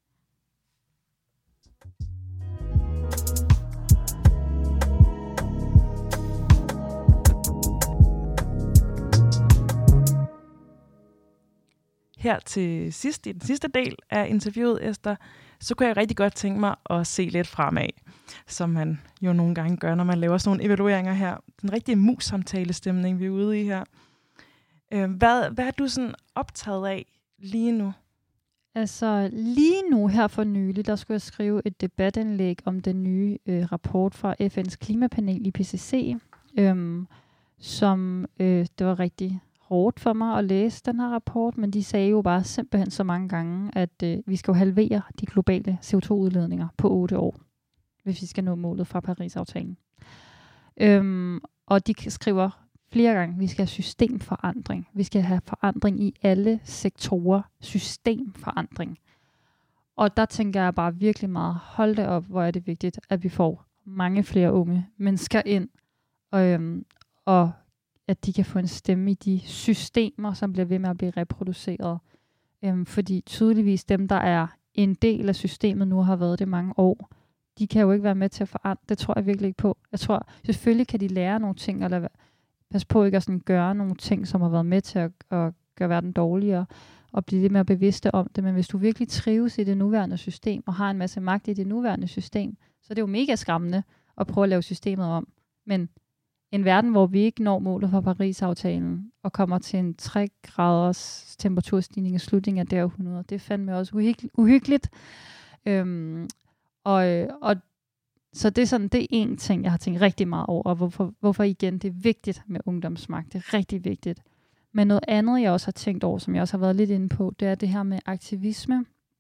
Her til sidst, i den sidste del af interviewet, Esther, så kunne jeg rigtig godt tænke mig at se lidt fremad, som man jo nogle gange gør, når man laver sådan nogle evalueringer her. Den rigtige mus-samtalestemning, vi er ude i her. Hvad, hvad er du sådan optaget af lige nu? Altså lige nu her for nylig, der skulle jeg skrive et debatindlæg om den nye øh, rapport fra F N's klimapanel I P C C, øhm, som øh, det var rigtig hårdt for mig at læse den her rapport, men de sagde jo bare simpelthen så mange gange, at øh, vi skal jo halvere de globale C O to udledninger på otte år, hvis vi skal nå målet fra Paris-aftalen. Øhm, og de skriver flere gange, at vi skal have systemforandring. Vi skal have forandring i alle sektorer. Systemforandring. Og der tænker jeg bare virkelig meget, hold da op, hvor er det vigtigt, at vi får mange flere unge mennesker ind, og, øhm, og at de kan få en stemme i de systemer, som bliver ved med at blive reproduceret. Øhm, fordi tydeligvis dem, der er en del af systemet nu, har været det mange år, de kan jo ikke være med til at forandre. Det tror jeg virkelig ikke på. Jeg tror, selvfølgelig kan de lære nogle ting, eller passe på ikke at sådan gøre nogle ting, som har været med til at, at gøre verden dårligere, og blive lidt mere bevidste om det. Men hvis du virkelig trives i det nuværende system, og har en masse magt i det nuværende system, så er det jo mega skræmmende at prøve at lave systemet om. Men en verden, hvor vi ikke når målet for Paris-aftalen, og kommer til en tre graders temperaturstigning i slutningen af det århundrede, det er fandme også uhyg- uhyggeligt. Øhm, og, og så det er sådan, det er en ting, jeg har tænkt rigtig meget over, og hvorfor, hvorfor igen det er vigtigt med ungdomsmagt. Det er rigtig vigtigt. Men noget andet, jeg også har tænkt over, som jeg også har været lidt inde på, det er det her med aktivisme.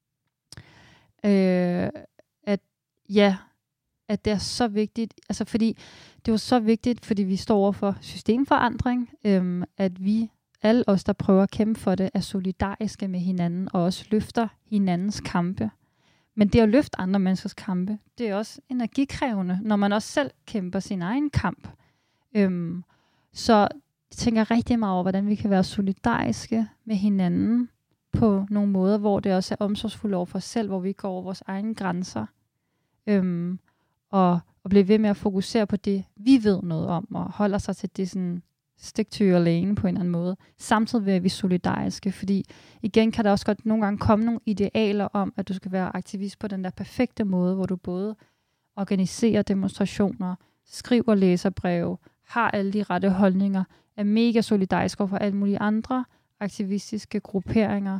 Øh, at ja, at det er så vigtigt, altså fordi det er jo så vigtigt, fordi vi står over for systemforandring, øhm, at vi, alle os, der prøver at kæmpe for det, er solidariske med hinanden, og også løfter hinandens kampe. Men det at løfte andre menneskers kampe, det er også energikrævende, når man også selv kæmper sin egen kamp. Øhm, så jeg tænker rigtig meget over, hvordan vi kan være solidariske med hinanden på nogle måder, hvor det også er omsorgsfuldt over for os selv, hvor vi går over vores egne grænser. Øhm, og, og blive ved med at fokusere på det, vi ved noget om, og holder sig til det sådan stick to your lane på en eller anden måde. Samtidig er vi solidariske, fordi igen kan der også godt nogle gange komme nogle idealer om, at du skal være aktivist på den der perfekte måde, hvor du både organiserer demonstrationer, skriver læserbreve, har alle de rette holdninger, er mega solidarisk over for alle mulige andre aktivistiske grupperinger.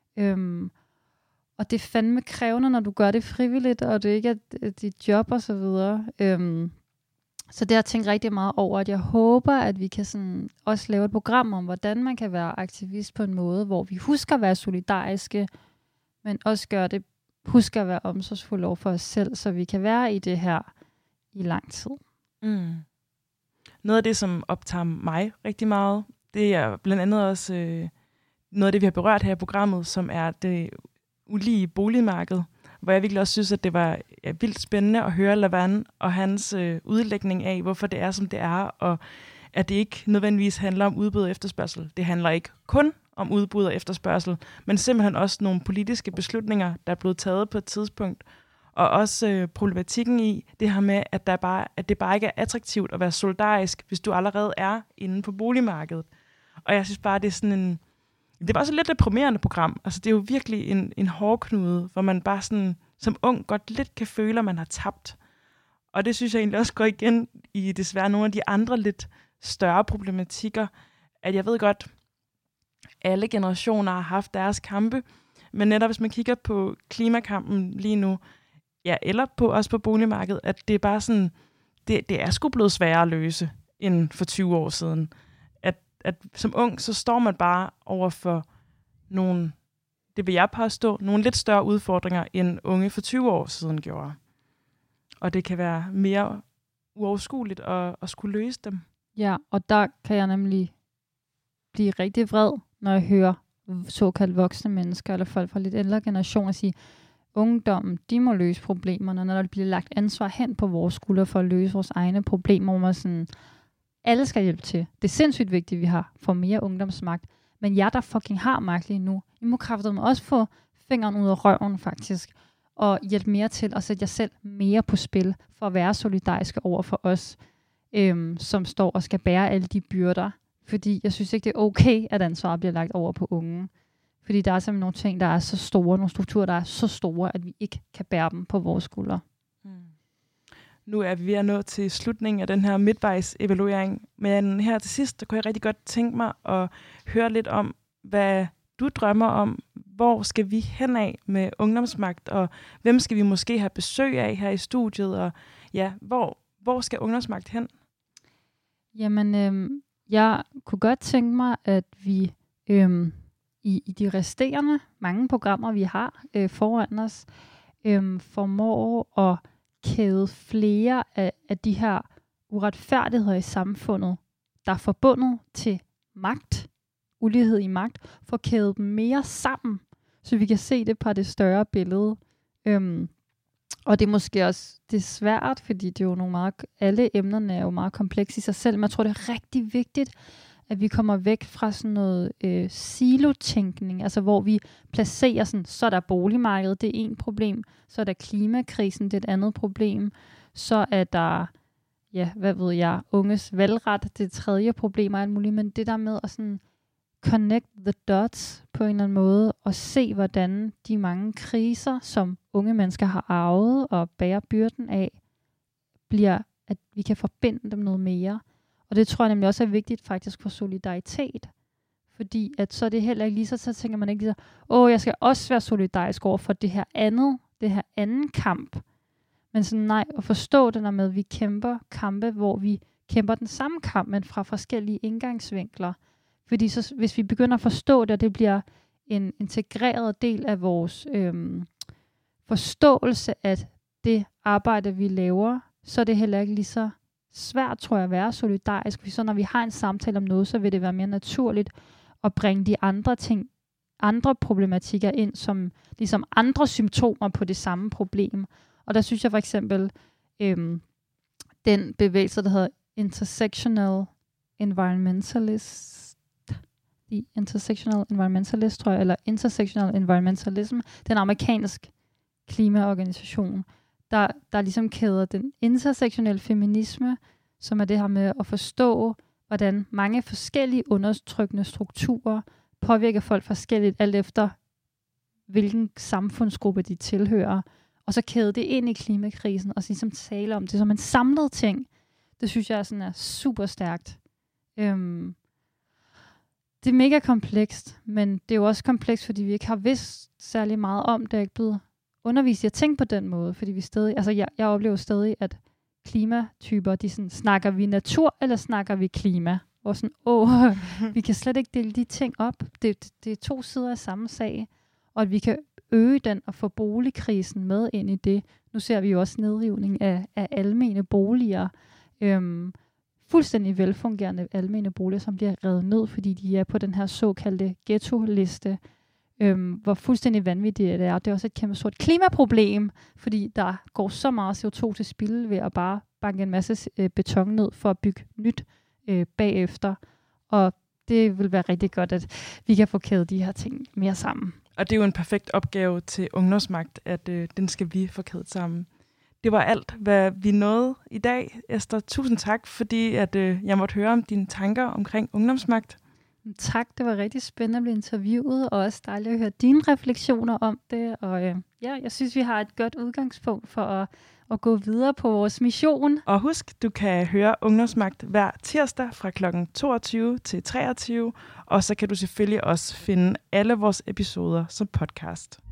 Øhm, og det er fandme krævende, når du gør det frivilligt, og det ikke er dit job og så videre. Øhm, så det har jeg tænkt rigtig meget over, at jeg håber, at vi kan sådan også lave et program om, hvordan man kan være aktivist på en måde, hvor vi husker at være solidariske, men også gør det, husker at være omsorgsfulde over for os selv, så vi kan være i det her i lang tid. Mm. Noget af det, som optager mig rigtig meget, det er blandt andet også øh, noget af det, vi har berørt her i programmet, som er det ulige boligmarked, hvor jeg virkelig også synes, at det var ja, vildt spændende at høre Lavan og hans øh, udlægning af, hvorfor det er, som det er, og at det ikke nødvendigvis handler om udbud og efterspørgsel. Det handler ikke kun om udbud og efterspørgsel, men simpelthen også nogle politiske beslutninger, der er blevet taget på et tidspunkt, og også øh, problematikken i det her med, at, der bare, at det bare ikke er attraktivt at være solidarisk, hvis du allerede er inde på boligmarkedet. Og jeg synes bare, det er sådan en... Det var også et lidt deprimerende program. Altså, det er jo virkelig en, en hårdknude, hvor man bare sådan, som ung godt lidt kan føle, at man har tabt. Og det synes jeg egentlig også går igen i desværre nogle af de andre lidt større problematikker, at jeg ved godt, alle generationer har haft deres kampe, men netop hvis man kigger på klimakampen lige nu, ja, eller på, også på boligmarkedet, at det er bare sådan, det, det er sgu blevet sværere at løse end for tyve år siden. At, at som ung, så står man bare over for nogle, det vil jeg påstå, nogle lidt større udfordringer, end unge for tyve år siden gjorde. Og det kan være mere uoverskueligt at, at skulle løse dem. Ja, og der kan jeg nemlig blive rigtig vred, når jeg hører såkaldt voksne mennesker, eller folk fra lidt ældre generationer sige, ungdommen, de må løse problemerne, når der bliver lagt ansvar hen på vores skuldre for at løse vores egne problemer, hvor man sådan, alle skal hjælpe til. Det er sindssygt vigtigt, at vi har for mere ungdomsmagt, men jer, der fucking har magt lige nu, I må kraftedeme også få fingeren ud af røven, faktisk, og hjælpe mere til at sætte jer selv mere på spil, for at være solidariske over for os, øhm, som står og skal bære alle de byrder. Fordi jeg synes ikke, det er okay, at ansvaret bliver lagt over på unge. Fordi der er simpelthen nogle ting, der er så store, nogle strukturer, der er så store, at vi ikke kan bære dem på vores skuldre. Hmm. Nu er vi ved at nå til slutningen af den her midtvejs-evaluering. Men her til sidst, der kunne jeg rigtig godt tænke mig at høre lidt om, hvad du drømmer om. Hvor skal vi hen af med ungdomsmagt, og hvem skal vi måske have besøg af her i studiet? Og ja, hvor, hvor skal ungdomsmagt hen? Jamen, øh, jeg kunne godt tænke mig, at vi øhm, i, i de resterende mange programmer, vi har øh, foran os, øhm, formår at kæde flere af, af de her uretfærdigheder i samfundet, der er forbundet til magt, ulighed i magt, for at kæde dem mere sammen, så vi kan se det på det større billede. Øhm, og det er måske også det er svært, fordi det er jo nogle meget, alle emnerne er jo meget komplekse i sig selv, men jeg tror, det er rigtig vigtigt, at vi kommer væk fra sådan noget øh, silotænkning, altså hvor vi placerer sådan, så er der boligmarkedet, det er en problem, så er der klimakrisen, det er et andet problem, så er der, ja, hvad ved jeg, unges valgret, det er et tredje problem og alt muligt, men det der med at sådan connect the dots på en eller anden måde, og se, hvordan de mange kriser, som unge mennesker har arvet og bærer byrden af, bliver, at vi kan forbinde dem noget mere. Og det tror jeg nemlig også er vigtigt faktisk for solidaritet. Fordi at så er det heller ikke lige så, så tænker man ikke lige så, åh, jeg skal også være solidarisk over for det her andet, det her anden kamp. Men sådan nej, at forstå det der med, at vi kæmper kampe, hvor vi kæmper den samme kamp, men fra forskellige indgangsvinkler. Fordi så, hvis vi begynder at forstå det, og det bliver en integreret del af vores øhm, forståelse af det arbejde, vi laver, så er det heller ikke lige så svært, tror jeg, at være solidarisk. Fordi så når vi har en samtale om noget, så vil det være mere naturligt at bringe de andre ting, andre problematikker ind, som ligesom andre symptomer på det samme problem. Og der synes jeg for eksempel, øhm, den bevægelse, der hedder Intersectional Environmentalist, The Intersectional Environmentalist, tror jeg, eller Intersectional Environmentalism, den amerikansk klimaorganisation, der, der ligesom kæder den intersektionelle feminisme, som er det her med at forstå, hvordan mange forskellige undertrykkende strukturer påvirker folk forskelligt, alt efter hvilken samfundsgruppe de tilhører, og så kæde det ind i klimakrisen, og så ligesom tale om det som en samlet ting. Det synes jeg sådan er super stærkt. Øhm, det er mega komplekst, men det er jo også komplekst, fordi vi ikke har vidst særlig meget om det, er ikke blevet undervist i at tænke på den måde, fordi vi stadig, altså jeg, jeg oplever stadig, at klimatyper, de sådan, snakker vi natur, eller snakker vi klima? Og sådan, åh, vi kan slet ikke dele de ting op. Det, det, det er to sider af samme sag, og at vi kan øge den og få boligkrisen med ind i det. Nu ser vi jo også nedrivning af, af almene boliger, øhm, fuldstændig velfungerende almene boliger, som bliver revet ned, fordi de er på den her såkaldte ghetto-liste, øhm, hvor fuldstændig vanvittigt det er. Det er også et kæmpe stort klimaproblem, fordi der går så meget C O to til spilde ved at bare banke en masse øh, beton ned for at bygge nyt øh, bagefter. Og det vil være rigtig godt, at vi kan få kædet de her ting mere sammen. Og det er jo en perfekt opgave til ungdomsmagt, at øh, den skal vi få kædet sammen. Det var alt, hvad vi nåede i dag. Esther, tusind tak, fordi at, øh, jeg måtte høre om dine tanker omkring ungdomsmagt. Tak, det var rigtig spændende at blive interviewet, og også dejligt at høre dine refleksioner om det. Og øh, ja, jeg synes, vi har et godt udgangspunkt for at, at gå videre på vores mission. Og husk, du kan høre Ungdomsmagt hver tirsdag fra klokken toogtyve til treogtyve, og så kan du selvfølgelig også finde alle vores episoder som podcast.